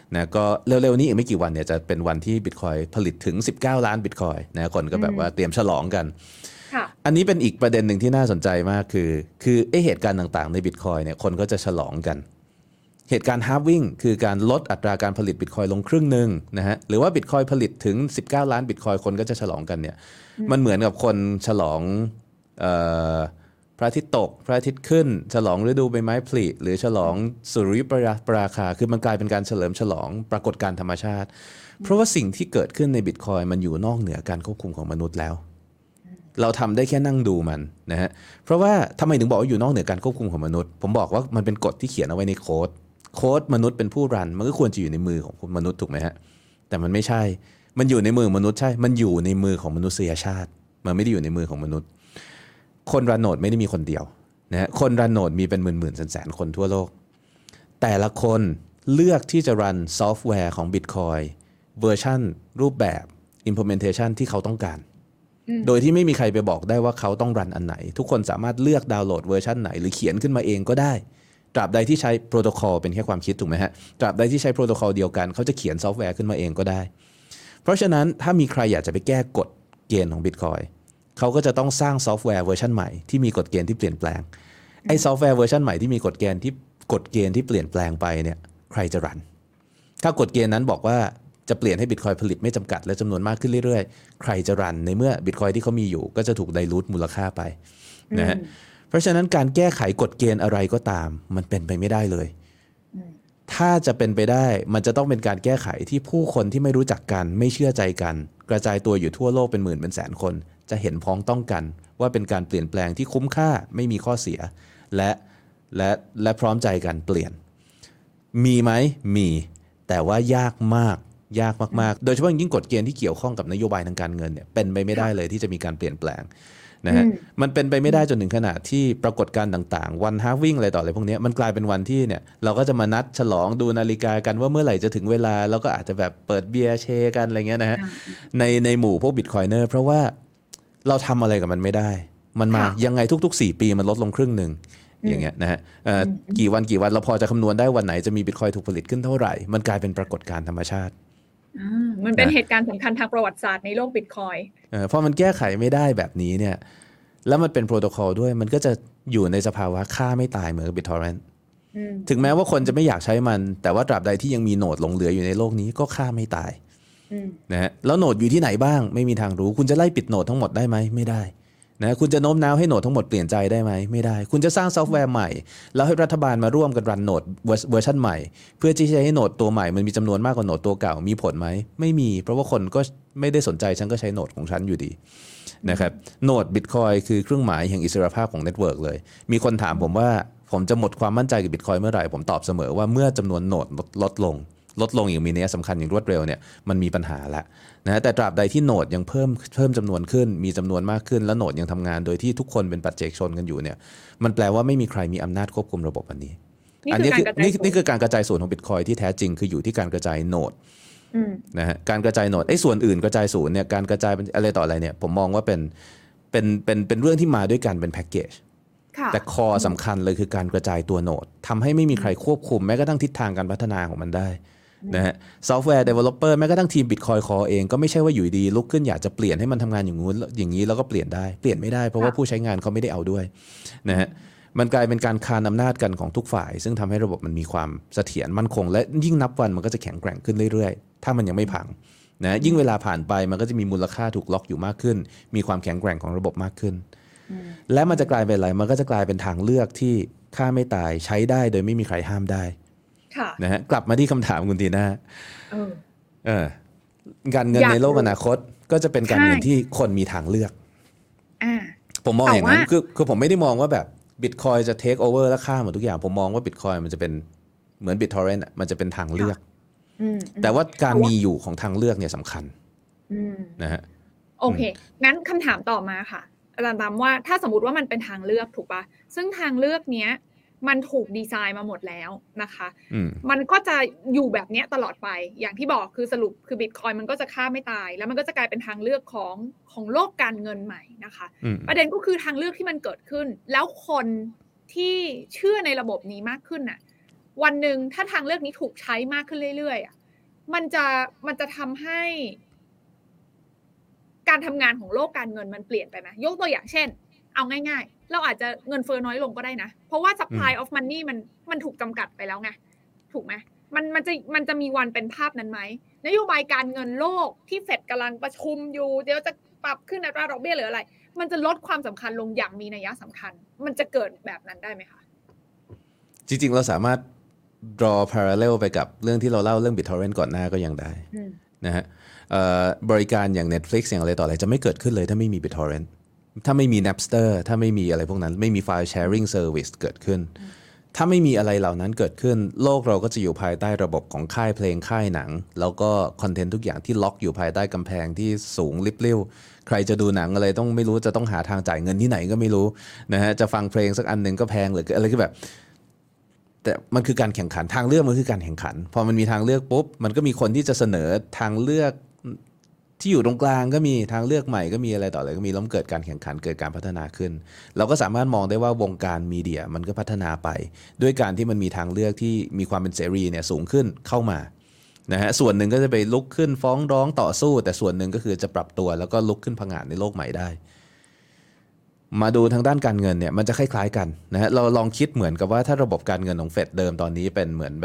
นะก็เร็วๆนี้อีกไม่กี่วันเนี่ยจะเป็นวันที่ Bitcoin ผลิตถึง19ล้าน Bitcoin นะคนก็แบบว่าเตรียมฉลองกันอันนี้เป็นอีกประเด็นหนึ่งที่น่าสนใจมากคือเหตุการณ์ต่างๆใน Bitcoin เนี่ยคนก็จะฉลองกันเหตุการณ์ halving คือการลดอัตราการผลิต Bitcoin ลงครึ่งนึงนะฮะหรือว่า Bitcoin ผลิตถึง19ล้าน Bitcoin คนก็จะฉลองกันเนี่ยมันเหมือนกับคนฉลองพระอาทิตย์ตกพระอาทิตย์ขึ้นฉลองฤดูใบไม้ผลิหรือฉลองสุริยุปราคาคือมันกลายเป็นการเฉลิมฉลองปรากฏการณ์ธรรมชาติเพราะว่าสิ่งที่เกิดขึ้นใน Bitcoin มันอยู่นอกเหนือการควบคุมของมนุษย์แล้วเราทำได้แค่นั่งดูมันนะฮะเพราะว่าทำไมถึงบอกว่าอยู่นอกเหนือการควบคุมของมนุษย์ผมบอกว่ามันเป็นกฎที่เขียนเอาไว้ในโค้ดมนุษย์เป็นผู้รันมันก็ควรจะอยู่ในมือของมนุษย์ถูกไหมฮะแต่มันไม่ใช่มันอยู่ในมือมนุษย์ใช่มันอยู่ในมือของมนุษยชาติมันไม่ได้อยู่ในมือของมนุษย์คนรันโนดไม่ได้มีคนเดียวนะคนรันโนดมีเป็นหมื่นแสนคนทั่วโลกแต่ละคนเลือกที่จะรันซอฟต์แวร์ของ Bitcoin เวอร์ชันรูปแบบ implementation ที่เขาต้องการโดยที่ไม่มีใครไปบอกได้ว่าเขาต้องรันอันไหนทุกคนสามารถเลือกดาวน์โหลดเวอร์ชันไหนหรือเขียนขึ้นมาเองก็ได้ตราบใดที่ใช้โปรโตคอลเป็นแค่ความคิดถูกไหมฮะตราบใดที่ใช้โปรโตคอลเดียวกันเขาจะเขียนซอฟต์แวร์ขึ้นมาเองก็ได้เพราะฉะนั้นถ้ามีใครอยากจะไปแก้กฎเกณฑ์ของ Bitcoin เขาก็จะต้องสร้างซอฟต์แวร์เวอร์ชันใหม่ที่มีกฎเกณฑ์ที่เปลี่ยนแปลงไอ้ซอฟต์แวร์เวอร์ชันใหม่ที่มีกฎเกณฑ์ที่เปลี่ยนแปลงไปเนี่ยใครจะรันถ้ากฎเกณฑ์นั้นบอกว่าจะเปลี่ยนให้ Bitcoin ผลิตไม่จำกัดและจำนวนมากขึ้นเรื่อยๆใครจะรันในเมื่อ Bitcoin ที่เขามีอยู่ก็จะถูกไดลูทมูลค่าไปนะฮะเพราะฉะนั้นการแก้ไขกฎเกณฑ์อะไรก็ตามมันเป็นไปไม่ได้เลยถ้าจะเป็นไปได้มันจะต้องเป็นการแก้ไขที่ผู้คนที่ไม่รู้จักกันไม่เชื่อใจกันกระจายตัวอยู่ทั่วโลกเป็นหมื่นเป็นแสนคนจะเห็นพ้องต้องกันว่าเป็นการเปลี่ยนแปลงที่คุ้มค่าไม่มีข้อเสียและพร้อมใจกันเปลี่ยนมีไหมมีแต่ว่ายากมากโดยเฉพาะยิ่งกฎเกณฑ์ที่เกี่ยวข้องกับนโยบายทางการเงินเนี่ยเป็นไปไม่ได้เลยที่จะมีการเปลี่ยนแปลงนะฮะมันเป็นไปไม่ได้จนถึงขนาดที่ปรากฏการณ์ต่างๆวันฮาร์วิ่งอะไรต่ออะไรพวกนี้มันกลายเป็นวันที่เนี่ยเราก็จะมานัดฉลองดูนาฬิกากันว่าเมื่อไหร่จะถึงเวลาแล้วก็อาจจะแบบเปิดเบียร์เชกันอะไรเงี้ยนะฮะในหมู่พวกบิตคอยเนอร์เพราะว่าเราทำอะไรกับมันไม่ได้มันมายังไงทุกๆ4 ปีมันลดลงครึ่งนึงอย่างเงี้ยนะฮะกี่วันเราพอจะคำนวณได้วันไหนจะมีบิตคอยถูกผลิตขึ้นเท่าไหร่มันกลายเป็นปรากฏการณ์ธรรมชาติมันเป็นเหตุการณ์สำคัญทางประวัติศาสตร์ในโลกบิตคอยพอมันแก้ไขไม่ได้แบบนี้เนี่ยแล้วมันเป็นโปรโตคอลด้วยมันก็จะอยู่ในสภาวะฆ่าไม่ตายเหมือนกับ BitTorrent ถึงแม้ว่าคนจะไม่อยากใช้มันแต่ว่าตราบใดที่ยังมีโหนดหลงเหลืออยู่ในโลกนี้ก็ฆ่าไม่ตายนะฮะแล้วโหนดอยู่ที่ไหนบ้างไม่มีทางรู้คุณจะไล่ปิดโหนดทั้งหมดได้ไหมไม่ได้นะคุณจะโน้มน้าวให้โหนดทั้งหมดเปลี่ยนใจได้ไหมไม่ได้คุณจะสร้างซอฟต์แวร์ใหม่แล้วให้รัฐบาลมาร่วมกันรันโหนดเวอร์ชันใหม่เพื่อที่จะให้โหนดตัวใหม่มันมีจำนวนมากกว่าโหนดตัวเก่ามีผลไหมไม่มีเพราะว่าคนก็ไม่ได้สนใจฉันก็ใช้โหนดของฉันอยู่ดีนะครับโหนด Bitcoin คือเครื่องหมายแห่งอิสรภาพของเน็ตเวิร์กเลยมีคนถามผมว่าผมจะหมดความมั่นใจกับ Bitcoin เมื่อไหร่ผมตอบเสมอว่าเมื่อจำนวนโหนดลดลงอย่างมีนัยสำคัญอย่างรวดเร็วเนี่ยมันมีปัญหาแล้วนะแต่ตราบใดที่โหนดยังเพิ่มจำนวนขึ้นมีจำนวนมากขึ้นและโหนดยังทำงานโดยที่ทุกคนเป็นปัจเจกชนกันอยู่เนี่ยมันแปลว่าไม่มีใครมีอำนาจควบคุมระบบอันนี้อันนี้คือการกระจายศูนย์ของ Bitcoin ที่แท้จริงคืออยู่ที่การกระจายโหนดนะฮะการกระจายโหนดส่วนอื่นกระจายศูนย์เนี่ยการกระจายอะไรต่ออะไรเนี่ยผมมองว่าเป็นเรื่องที่มาด้วยกันเป็นแพ็กเกจแต่คอสำคัญเลยคือการกระจายตัวโหนดทำให้ไม่มีใครควบคุมแม้กระทั่งทิศทางการพัฒนาของมันได้นะฮะซอฟต์แวร์ developer แม้กระทั่งทีม Bitcoin Core เองก็ไม่ใช่ว่าอยู่ดีลุกขึ้นอยากจะเปลี่ยนให้มันทำงานอย่างงู้นอย่างนี้แล้วก็เปลี่ยนไม่ได้เพราะว่าผู้ใช้งานเขาไม่ได้เอาด้วยนะฮะมันกลายเป็นการคานอำนาจกันของทุกฝ่ายซึ่งทำให้ระบบมันมีความเสถียรมั่นคงและยิ่งนับวันมันก็จะแข็งแกร่งขึ้นเรื่อยๆถ้ามันยังไม่พังนะยิ่งเวลาผ่านไปมันก็จะมีมูลค่าถูกล็อกอยู่มากขึ้นมีความแข็งแกร่งของระบบมากขึ้นและมันจะกลายเป็นอะไรมันก็จะกลายเป็นทางเลือกที่ฆ่าไม่ตายใช้ได้โดยไม่มีใครห้ามได้นะฮะกลับมาที่คำถามคุณทีน่าการเงินในโลกอนาคตก็จะเป็นการเงินที่คนมีทางเลือกผมมองอย่างนั้นคือผมไม่ได้มองว่าแบบ Bitcoin จะ take over และฆ่าหมดทุกอย่างผมมองว่า Bitcoin มันจะเป็นเหมือน BitTorrent มันจะเป็นทางเลือกแต่ว่าการมีอยู่ของทางเลือกเนี่ยสำคัญนะฮะโอเคงั้นคำถามต่อมาค่ะอาจารย์ตามว่าถ้าสมมติว่ามันเป็นทางเลือกถูกปะซึ่งทางเลือกเนี้ยมันถูกดีไซน์มาหมดแล้วนะคะมันก็จะอยู่แบบนี้ตลอดไปอย่างที่บอกคือสรุปคือ Bitcoin มันก็จะฆ่าไม่ตายแล้วมันก็จะกลายเป็นทางเลือกของโลกการเงินใหม่นะคะประเด็นก็คือทางเลือกที่มันเกิดขึ้นแล้วคนที่เชื่อในระบบนี้มากขึ้นน่ะวันหนึ่งถ้าทางเลือกนี้ถูกใช้มากขึ้นเรื่อยๆมันจะทำให้การทำงานของโลกการเงินมันเปลี่ยนไปไหมยกตัวอย่างเช่นเอาง่ายๆเราอาจจะเงินเฟ้อน้อยลงก็ได้นะเพราะว่า supply of money มันถูกจำกัดไปแล้วไงถูกไหมมันจะมีวันเป็นภาพนั้นไหมนโยบายการเงินโลกที่เฟดกำลังประชุมอยู่เดี๋ยวจะปรับขึ้นอัตราดอกเบี้ยหรืออะไรมันจะลดความสำคัญลงอย่างมีนัยสำคัญมันจะเกิดแบบนั้นได้ไหมคะจริงๆเราสามารถ draw parallel ไปกับเรื่องที่เราเล่าเรื่อง BitTorrent ก่อนหน้าก็ยังได้นะฮะบริการอย่าง Netflix อย่างอะไรต่ออะไรจะไม่เกิดขึ้นเลยถ้าไม่มี BitTorrent ถ้าไม่มี Napster ถ้าไม่มีอะไรพวกนั้นไม่มี File Sharing Service เกิดขึ้นถ้าไม่มีอะไรเหล่านั้นเกิดขึ้นโลกเราก็จะอยู่ภายใต้ระบบของค่ายเพลงค่ายหนังแล้วก็คอนเทนต์ทุกอย่างที่ล็อกอยู่ภายใต้กำแพงที่สูงลิบลิ่วใครจะดูหนังอะไรต้องไม่รู้จะต้องหาทางจ่ายเงินที่ไหนก็ไม่รู้นะฮะจะฟังเพลงสักอันนึงก็แพงหรืออะไรก็แบบแต่มันคือการแข่งขันทางเลือกมันคือการแข่งขันพอมันมีทางเลือกปุ๊บมันก็มีคนที่จะเสนอทางเลือกที่อยู่ตรงกลางก็มีทางเลือกใหม่ก็มีอะไรต่ออะไรก็มีแล้วเกิดการแข่งขันเกิดการพัฒนาขึ้นเราก็สามารถมองได้ว่าวงการมีเดียมันก็พัฒนาไปด้วยการที่มันมีทางเลือกที่มีความเป็นเสรีเนี่ยสูงขึ้นเข้ามานะฮะส่วนหนึ่งก็จะไปลุกขึ้นฟ้องร้องต่อสู้แต่ส่วนหนึ่งก็คือจะปรับตัวแล้วก็ลุกขึ้นผงาดในโลกใหม่ได้มาดูทางด้านการเงินเนี่ยมันจะคล้ายๆกันนะฮะเราลองคิดเหมือนกับว่าถ้าระบบการเงินของเฟดเดิมตอนนี้เป็นเหมือนแบบ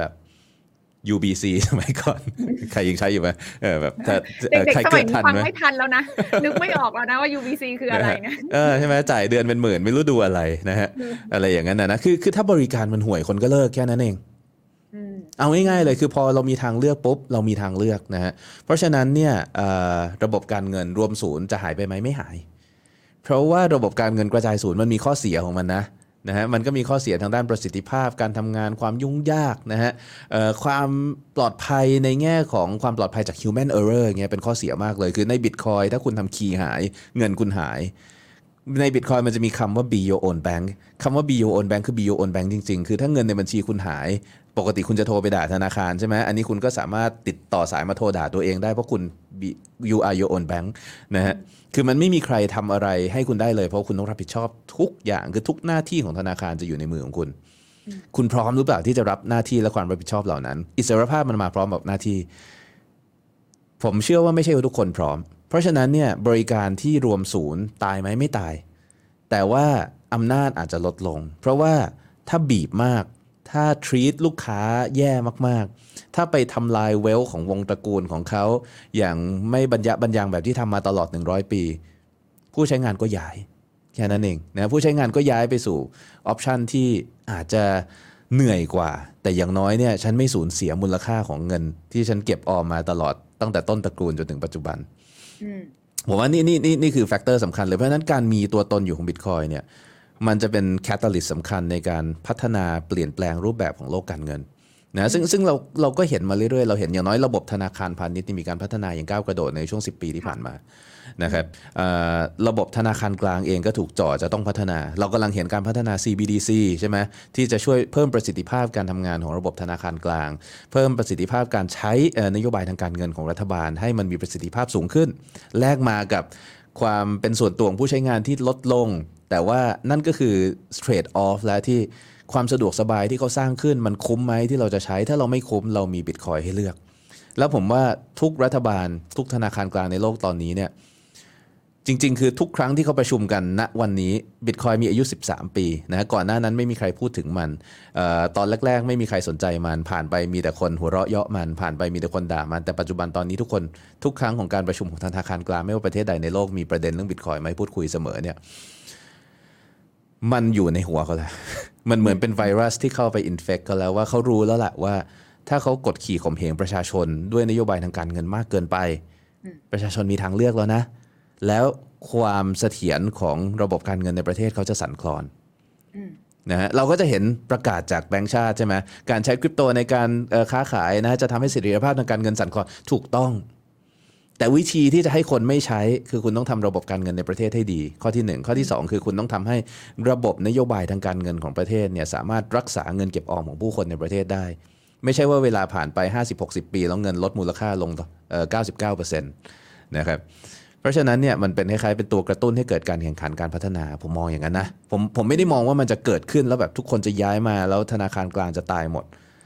UBC สมัยก่อนใครยังใช้อยู่ไหมแบบเด็กๆสมัยนี้ฟังไม่ทันแล้วนะนึกไม่ออกแล้วนะว่า UBC คืออะไรนะใช่ไหมจ่ายเดือนเป็นหมื่นไม่รู้ดูอะไรนะฮะอะไรอย่างนั้นนะคือถ้าบริการมันห่วยคนก็เลิกแค่นั้นเองเอาง่ายๆเลยคือพอเรามีทางเลือกปุ๊บเรามีทางเลือกนะฮะเพราะฉะนั้นเนี่ยระบบการเงินรวมศูนย์จะหายไปไหมไม่หายเพราะว่าระบบการเงินกระจายศูนย์มันมีข้อเสียของมันนะฮะมันก็มีข้อเสียทางด้านประสิทธิภาพการทำงานความยุ่งยากนะฮะความปลอดภัยในแง่ของความปลอดภัยจาก human error เงี้ยเป็นข้อเสียมากเลยคือใน Bitcoin ถ้าคุณทำคีย์หายเงินคุณหายใน Bitcoin มันจะมีคำว่า be your own bank คำว่า be your own bank คือ be your own bank จริงๆคือถ้าเงินในบัญชีคุณหายปกติคุณจะโทรไปด่าธนาคารใช่ไหมอันนี้คุณก็สามารถติดต่อสายมาโทรด่าตัวเองได้เพราะคุณ you are your own bank นะฮะคือมันไม่มีใครทำอะไรให้คุณได้เลยเพราะคุณต้องรับผิดชอบทุกอย่างคือทุกหน้าที่ของธนาคารจะอยู่ในมือของคุณคุณพร้อมหรือเปล่าที่จะรับหน้าที่และความรับผิดชอบเหล่านั้นอิสรภาพมันมาพร้อมกับหน้าที่ผมเชื่อว่าไม่ใช่ทุกคนพร้อมเพราะฉะนั้นเนี่ยบริการที่รวมศูนย์ตายไหมไม่ตายแต่ว่าอำนาจอาจจะลดลงเพราะว่าถ้าบีบมากถ้า treat ลูกค้าแย่มากๆถ้าไปทำลายเวลของวงตระกูลของเขาอย่างไม่บรรยะบรรยังแบบที่ทำมาตลอด100ปีผู้ใช้งานก็ย้ายแค่นั้นเองนะผู้ใช้งานก็ย้ายไปสู่ออปชันที่อาจจะเหนื่อยกว่าแต่อย่างน้อยเนี่ยฉันไม่สูญเสียมูลค่าของเงินที่ฉันเก็บออมมาตลอดตั้งแต่ต้นตระกูลจนถึงปัจจุบันผมว่านี่คือแฟกเตอร์สำคัญเลยเพราะฉะนั้นการมีตัวตนอยู่ของ Bitcoin เนี่ยมันจะเป็นแคตาลิสต์สำคัญในการพัฒนาเปลี่ยนแปลงรูปแบบของโลกการเงินนะซึ่งเราก็เห็นมาเรื่อยๆเราเห็นอย่างน้อยระบบธนาคารพาณิชย์มีการพัฒนาอย่างก้าวกระโดดในช่วง10 ปีที่ผ่านมานะครับระบบธนาคารกลางเองก็ถูกจ่อจะต้องพัฒนาเรากำลังเห็นการพัฒนา CBDC ใช่ไหมที่จะช่วยเพิ่มประสิทธิภาพการทำงานของระบบธนาคารกลางเพิ่มประสิทธิภาพการใช้นโยบายทางการเงินของรัฐบาลให้มันมีประสิทธิภาพสูงขึ้นแลกมากับความเป็นส่วนตัวของผู้ใช้งานที่ลดลงแต่ว่านั่นก็คือ trade off และที่ความสะดวกสบายที่เขาสร้างขึ้นมันคุ้มไหมที่เราจะใช้ถ้าเราไม่คุ้มเรามี Bitcoin ให้เลือกแล้วผมว่าทุกรัฐบาลทุกธนาคารกลางในโลกตอนนี้เนี่ยจริงๆคือทุกครั้งที่เขาประชุมกันณวันนี้ Bitcoin มีอายุ13 ปีนะก่อนหน้านั้นไม่มีใครพูดถึงมันตอนแรกๆไม่มีใครสนใจมันผ่านไปมีแต่คนหัวเราะเยาะมันผ่านไปมีแต่คนด่ามันแต่ปัจจุบันตอนนี้ทุกครั้งของการประชุมของธนาคารกลางไม่ว่าประเทศใดในโลกมีประเด็นเรื่อง Bitcoin มาให้พูดคุยเสมอเนี่ยมันอยู่ในหัวเขาแล้ว มันเหมือนเป็นไวรัสที่เข้าไปอินเฟคกันแล้วว่าเขารู้แล้วแหละว่าถ้าเขากดขี่ข่มเหงประชาชนด้วยนโยบายทางการเงินมากเกินไปประชาชนมีทางเลือกแล้วนะแล้วความเสถียรของระบบการเงินในประเทศเขาจะสั่นคลอนนะฮะเราก็จะเห็นประกาศจากแบงก์ชาติใช่ไหมการใช้คริปโตในการค้าขายนะจะทำให้เสถียรภาพทางการเงินสั่นคลอนถูกต้องแต่วิธีที่จะให้คนไม่ใช้คือคุณต้องทำระบบการเงินในประเทศให้ดีข้อที่1ข้อที่2คือคุณต้องทำให้ระบบนโยบายทางการเงินของประเทศเนี่ยสามารถรักษาเงินเก็บออมของผู้คนในประเทศได้ไม่ใช่ว่าเวลาผ่านไป 50-60 ปีแล้วเงินลดมูลค่าลง99% นะครับเพราะฉะนั้นเนี่ยมันเป็นคล้ายๆเป็นตัวกระตุ้นให้เกิดการแข่งขันการพัฒนาผมมองอย่างนั้นนะผมไม่ได้มองว่ามันจะเกิดขึ้นแล้วแบบทุกคนจะย้ายมาแล้วธนาคารกลางจะตายหมด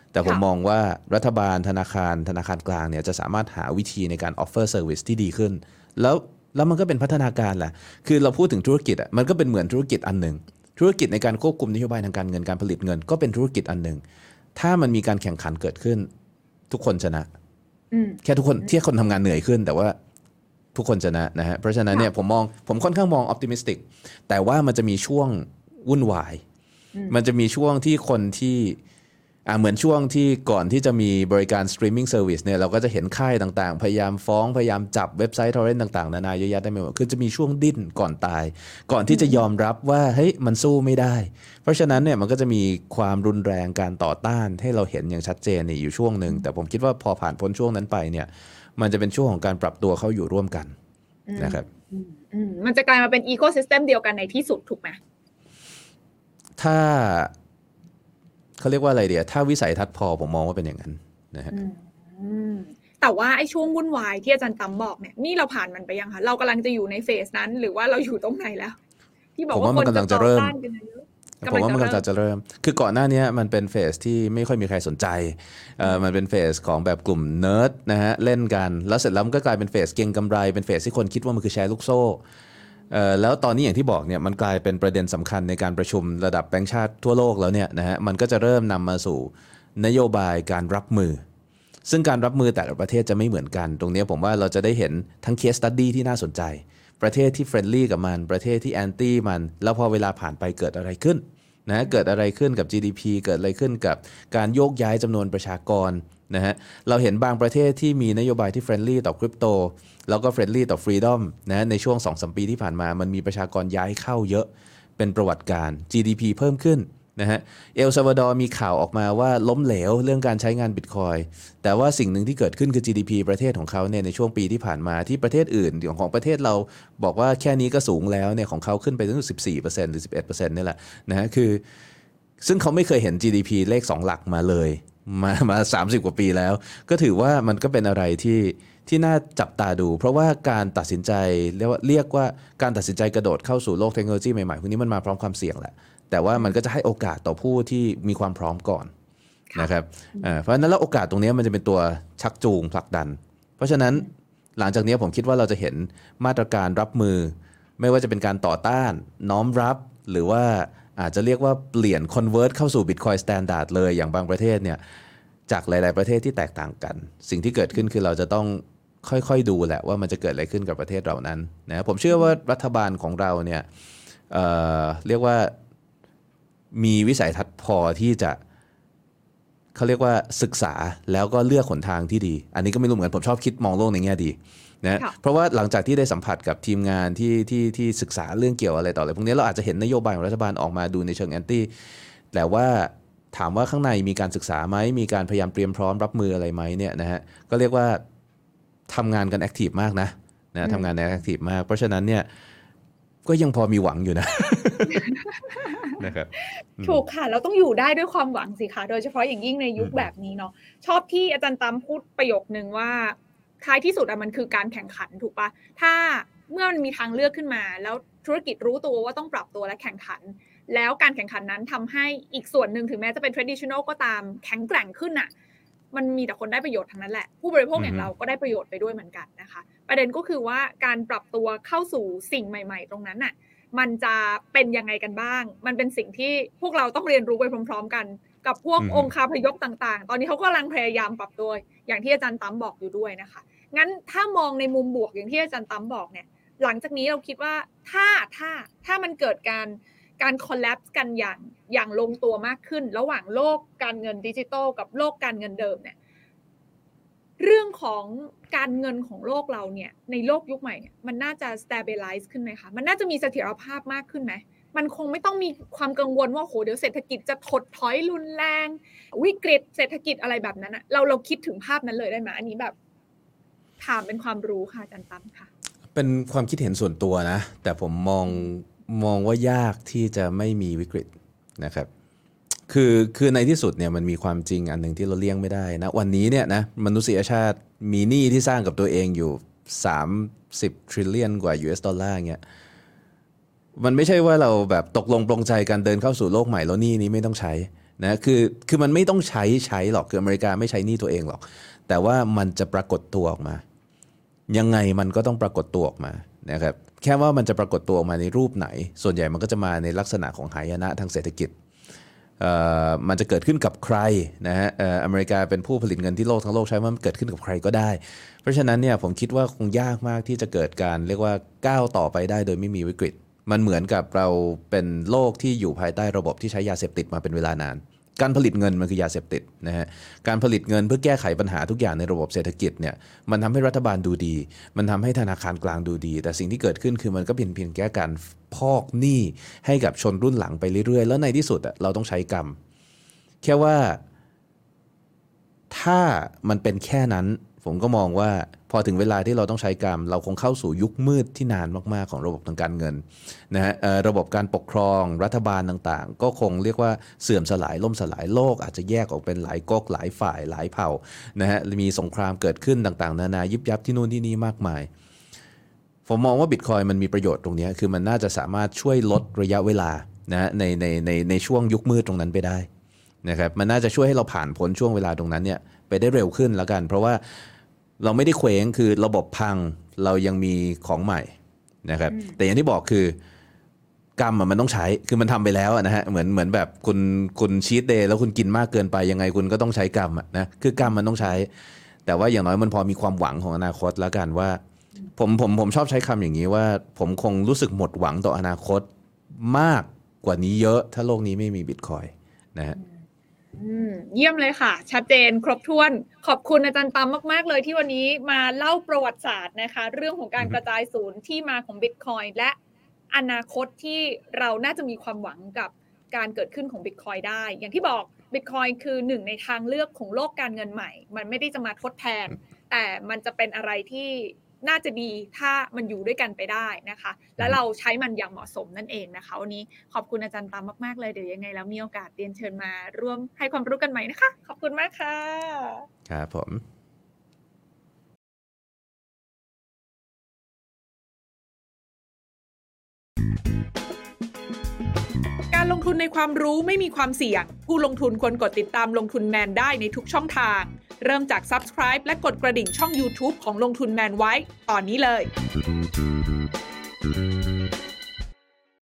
แต่ผมมองว่ารัฐบาลธนาคารกลางเนี่ยจะสามารถหาวิธีในการ offer service ที่ดีขึ้นแล้วมันก็เป็นพัฒนาการแหละคือเราพูดถึงธุรกิจอ่ะมันก็เป็นเหมือนธุรกิจอันหนึ่งธุรกิจในการควบคุมนโยบายทางการเงินการผลิตเงินก็เป็นธุรกิจอันหนึ่งถ้ามันมีการแข่งขันเกิดขึ้นทุกคนชนะแค่ทุกคนที่คนทำงานเหนื่อยขึ้นแต่ว่าทุกคนชนะฮะเพราะฉะนั้นเนี่ยผมค่อนข้างมอง optimistic แต่ว่ามันจะมีช่วงวุ่นวายมันจะมีช่วงที่คนที่เหมือนช่วงที่ก่อนที่จะมีบริการ streaming service เนี่ยเราก็จะเห็นค่ายต่างๆพยายามฟ้องพยายามจับเว็บไซต์ torrent ต่างๆนานาเยอะแยะได้หมดคือจะมีช่วงดิ้นก่อนตายก่อนที่จะยอมรับว่าเฮ้ยมันสู้ไม่ได้เพราะฉะนั้นเนี่ยมันก็จะมีความรุนแรงการต่อต้านให้เราเห็นอย่างชัดเจนอยู่ช่วงหนึ่งแต่ผมคิดว่าพอผ่านพ้นช่วงนั้นไปเนี่ยมันจะเป็นช่วงของการปรับตัวเข้าอยู่ร่วมกันนะครับมันจะกลายมาเป็นอีโคซิสเต็มเดียวกันในที่สุดถูกไหมถ้าเขาเรียกว่าอะไรเดียวถ้าวิสัยทัศน์พอผมมองว่าเป็นอย่างนั้นนะฮะแต่ว่าไอ้ช่วงวุ่นวายที่อาจารย์ตั้มบอกเนี่ยนี่เราผ่านมันไปยังคะเรากำลังจะอยู่ในเฟสนั้นหรือว่าเราอยู่ตรงไหนแล้วที่บอกว่าคนกำลังจะเริ่มผมว่ามันกำลังจะเริ่มคือก่อนหน้านี้มันเป็นเฟสที่ไม่ค่อยมีใครสนใจมันเป็นเฟสของแบบกลุ่มเนิร์ดนะฮะเล่นกันแล้วเสร็จแล้วมันก็กลายเป็นเฟสเก็งกำไรเป็นเฟสที่คนคิดว่ามันคือแชร์ลูกโซ่แล้วตอนนี้อย่างที่บอกเนี่ยมันกลายเป็นประเด็นสำคัญในการประชุมระดับแบงก์ชาติทั่วโลกแล้วเนี่ยนะฮะมันก็จะเริ่มนำมาสู่นโยบายการรับมือซึ่งการรับมือแต่ละประเทศจะไม่เหมือนกันตรงนี้ผมว่าเราจะได้เห็นทั้งเคสสตั๊ดดี้ที่น่าสนใจประเทศที่เฟรนลี่กับมันประเทศที่แอนตี้มันแล้วพอเวลาผ่านไปเกิดอะไรขึ้นนะเกิดอะไรขึ้นกับ GDP เกิดอะไรขึ้นกับการโยกย้ายจำนวนประชากรนะฮะเราเห็นบางประเทศที่มีนโยบายที่เฟรนลี่ต่อคริปโตแล้วก็เฟรนลี่ต่อฟรีดอมนะในช่วง 2-3 ปีที่ผ่านมามันมีประชากรย้ายเข้าเยอะเป็นประวัติการ GDP เพิ่มขึ้นนะฮะเอลซัลวาดอร์มีข่าวออกมาว่าล้มเหลวเรื่องการใช้งานบิตคอยน์แต่ว่าสิ่งหนึ่งที่เกิดขึ้นคือ GDP ประเทศของเขาเนี่ยในช่วงปีที่ผ่านมาที่ประเทศอื่นของประเทศเราบอกว่าแค่นี้ก็สูงแล้วเนี่ยของเขาขึ้นไปถึง 14% หรือ 11% นี่แหละนะฮะคือซึ่งเขาไม่เคยเห็น GDP เลข2หลักมาเลยมา30 กว่าปีแล้วก็ถือว่ามันก็เป็นอะไรที่น่าจับตาดูเพราะว่าการตัดสินใจเรียกว่าการตัดสินใจกระโดดเข้าสู่โลกเทคโนโลยีใหม่ๆพวกนี้มันมาพร้อมความเสี่ยงแหละแต่ว่ามันก็จะให้โอกาสต่อผู้ที่มีความพร้อมก่อนนะครับเพราะฉะนั้นแล้วโอกาสตรงนี้มันจะเป็นตัวชักจูงผลักดันเพราะฉะนั้นหลังจากนี้ผมคิดว่าเราจะเห็นมาตรการรับมือไม่ว่าจะเป็นการต่อต้านน้อมรับหรือว่าอาจจะเรียกว่าเปลี่ยน convert เข้าสู่ Bitcoin Standard เลยอย่างบางประเทศเนี่ยจากหลายๆประเทศที่แตกต่างกันสิ่งที่เกิดขึ้นคือเราจะต้องค่อยๆดูแหละว่ามันจะเกิดอะไรขึ้นกับประเทศเรานั้นนะผมเชื่อว่ารัฐบาลของเราเนี่ยเรียกว่ามีวิสัยทัศน์พอที่จะเขาเรียกว่าศึกษาแล้วก็เลือกหนทางที่ดีอันนี้ก็ไม่รู้เหมือนผมชอบคิดมองโลกในแง่ดีนะเพราะว่าหลังจากที่ได้สัมผัสกับทีมงานที่ศึกษาเรื่องเกี่ยวอะไรต่ออะไรพวกนี้เราอาจจะเห็นนโยบายของรัฐบาลออกมาดูในเชิงแอนตี้แต่ว่าถามว่าข้างในมีการศึกษาไหมมีการพยายามเตรียมพร้อมรับมืออะไรไหมเนี่ยนะฮะก็เรียกว่าทำงานกันแอคทีฟมากนะทำงานแอคทีฟมากเพราะฉะนั้นเนี่ยก็ยังพอมีหวังอยู่นะ นะครับถูกค่ะเราต้องอยู่ได้ด้วยความหวังสิคะโดยเฉพาะอย่างยิ่งในยุคแบบนี้เนาะชอบที่อาจารย์ตั้มพูดประโยคนึงว่าท้ายที่สุดมันคือการแข่งขันถูกปะถ้าเมื่อมันมีทางเลือกขึ้นมาแล้วธุรกิจรู้ตัวว่าต้องปรับตัวและแข่งขันแล้วการแข่งขันนั้นทำให้อีกส่วนหนึ่งถึงแม้จะเป็น traditional ก็ตามแข็งแกร่งขึ้นอ่ะมันมีแต่คนได้ประโยชน์ทั้งนั้นแหละผู้บริโภคอย่างเราก็ได้ประโยชน์ไปด้วยเหมือนกันนะคะประเด็นก็คือว่าการปรับตัวเข้าสู่สิ่งใหม่ๆตรงนั้นน่ะมันจะเป็นยังไงกันบ้างมันเป็นสิ่งที่พวกเราต้องเรียนรู้ไปพร้อมๆกันกับพวกองค์คาพยพต่างๆตอนนี้เขากำลังพยายามปรับตัวอย่างที่อาจารย์ตั้มบอกอยู่ด้วยนะคะงั้นถ้ามองในมุมบวกอย่างที่อาจารย์ตั้มบอกเนี่ยหลังจากนี้เราคิดว่าถ้ามันเกิดการคอลแลปส์กันอย่างลงตัวมากขึ้นระหว่างโลกการเงินดิจิทัลกับโลกการเงินเดิมเนี่ยเรื่องของการเงินของโลกเราเนี่ยในโลกยุคใหม่เนี่ยมันน่าจะ stabilize ขึ้นไหมคะมันน่าจะมีเสถียรภาพมากขึ้นไหมมันคงไม่ต้องมีความกังวลว่าโหเดี๋ยวเศรษฐกิจจะถดถอยรุนแรงวิกฤตเศรษฐกิจอะไรแบบนั้นอะเราคิดถึงภาพนั้นเลยได้ไหมอันนี้แบบถามเป็นความรู้ค่ะอาจารย์ตั้มค่ะเป็นความคิดเห็นส่วนตัวนะแต่ผมมองว่ายากที่จะไม่มีวิกฤตนะครับคือในที่สุดเนี่ยมันมีความจริงอันหนึ่งที่เราเลี่ยงไม่ได้นะวันนี้เนี่ยนะมนุษยชาติมีหนี้ที่สร้างกับตัวเองอยู่30 trillion กว่า US ดอลลาร์เงี้ยมันไม่ใช่ว่าเราแบบตกลงปลงใจกันเดินเข้าสู่โลกใหม่แล้วหนี้นี้ไม่ต้องใช้นะคือมันไม่ต้องใช้หรอกคืออเมริกาไม่ใช้หนี้ตัวเองหรอกแต่ว่ามันจะปรากฏตัวออกมายังไงมันก็ต้องปรากฏตัวออกมานะครับแค่ว่ามันจะปรากฏตัวออกมาในรูปไหนส่วนใหญ่มันก็จะมาในลักษณะของหายนะทางเศรษฐกิจมันจะเกิดขึ้นกับใครนะฮะอเมริกาเป็นผู้ผลิตเงินที่โลกทั้งโลกใช้ว่ามันเกิดขึ้นกับใครก็ได้เพราะฉะนั้นเนี่ยผมคิดว่าคงยากมากที่จะเกิดการเรียกว่าก้าวต่อไปได้โดยไม่มีวิกฤตมันเหมือนกับเราเป็นโลกที่อยู่ภายใต้ระบบที่ใช้ยาเสพติดมาเป็นเวลานานการผลิตเงินมันคือยาเสพติดนะฮะการผลิตเงินเพื่อแก้ไขปัญหาทุกอย่างในระบบเศรษฐกิจเนี่ยมันทำให้รัฐบาลดูดีมันทำให้ธนาคารกลางดูดีแต่สิ่งที่เกิดขึ้นคือมันก็เป็นเพียงแค่การพอกหนี้ให้กับชนรุ่นหลังไปเรื่อยๆแล้วในที่สุดเราต้องใช้กรรมแค่ว่าถ้ามันเป็นแค่นั้นผมก็มองว่าพอถึงเวลาที่เราต้องใช้กรรมเราคงเข้าสู่ยุคมืดที่นานมากๆของระบบทางการเงินนะฮะระบบการปกครองรัฐบาลต่างๆก็คงเรียกว่าเสื่อมสลายล่มสลายโลกอาจจะแยกออกเป็นหลายก๊กหลายฝ่ายหลายเผ่านะฮะมีสงครามเกิดขึ้นต่างๆนานายิบยับที่นู่นที่นี่มากมายผมมองว่า Bitcoin มันมีประโยชน์ตรงนี้คือมันน่าจะสามารถช่วยลดระยะเวลานะในช่วงยุคมืดตรงนั้นไปได้นะครับมันน่าจะช่วยให้เราผ่านพ้นช่วงเวลาตรงนั้นเนี่ยไปได้เร็วขึ้นแล้วกันเพราะว่าเราไม่ได้เคว้งคือระบบพังเรายังมีของใหม่นะครับแต่อย่างที่บอกคือกรรมมันต้องใช้คือมันทำไปแล้วนะฮะเหมือนแบบคุณชีทเดย์แล้วคุณกินมากเกินไปยังไงคุณก็ต้องใช้กรรมนะคือกรรมมันต้องใช้แต่ว่าอย่างน้อยมันพอมีความหวังของอนาคตแล้วกันว่าผมชอบใช้คำอย่างนี้ว่าผมคงรู้สึกหมดหวังต่ออนาคตมากกว่านี้เยอะถ้าโลกนี้ไม่มีบิตคอยน์นะฮะเยี่ยมเลยค่ะชัดเจนครบถ้วนขอบคุณอาจารย์ตั้มมากๆเลยที่วันนี้มาเล่าประวัติศาสตร์นะคะเรื่องของการกระจายศูนย์ที่มาของ Bitcoin และอนาคตที่เราน่าจะมีความหวังกับการเกิดขึ้นของ Bitcoin ได้อย่างที่บอก Bitcoin คือหนึ่งในทางเลือกของโลกการเงินใหม่มันไม่ได้จะมาทดแทนแต่มันจะเป็นอะไรที่น่าจะดีถ้ามันอยู่ด้วยกันไปได้นะคะและเราใช้มันอย่างเหมาะสมนั่นเองนะคะวันนี้ขอบคุณอาจารย์ตั้มมากๆเลยเดี๋ยวยังไงแล้วมีโอกาสเรียนเชิญมาร่วมให้ความรู้กันใหม่นะคะขอบคุณมากค่ะครับผมการลงทุนในความรู้ไม่มีความเสี่ยงผู้ลงทุนควรกดติดตามลงทุนแมนได้ในทุกช่องทางเริ่มจาก Subscribe และกดกระดิ่งช่อง YouTube ของลงทุนแมนไว้ตอนนี้เลย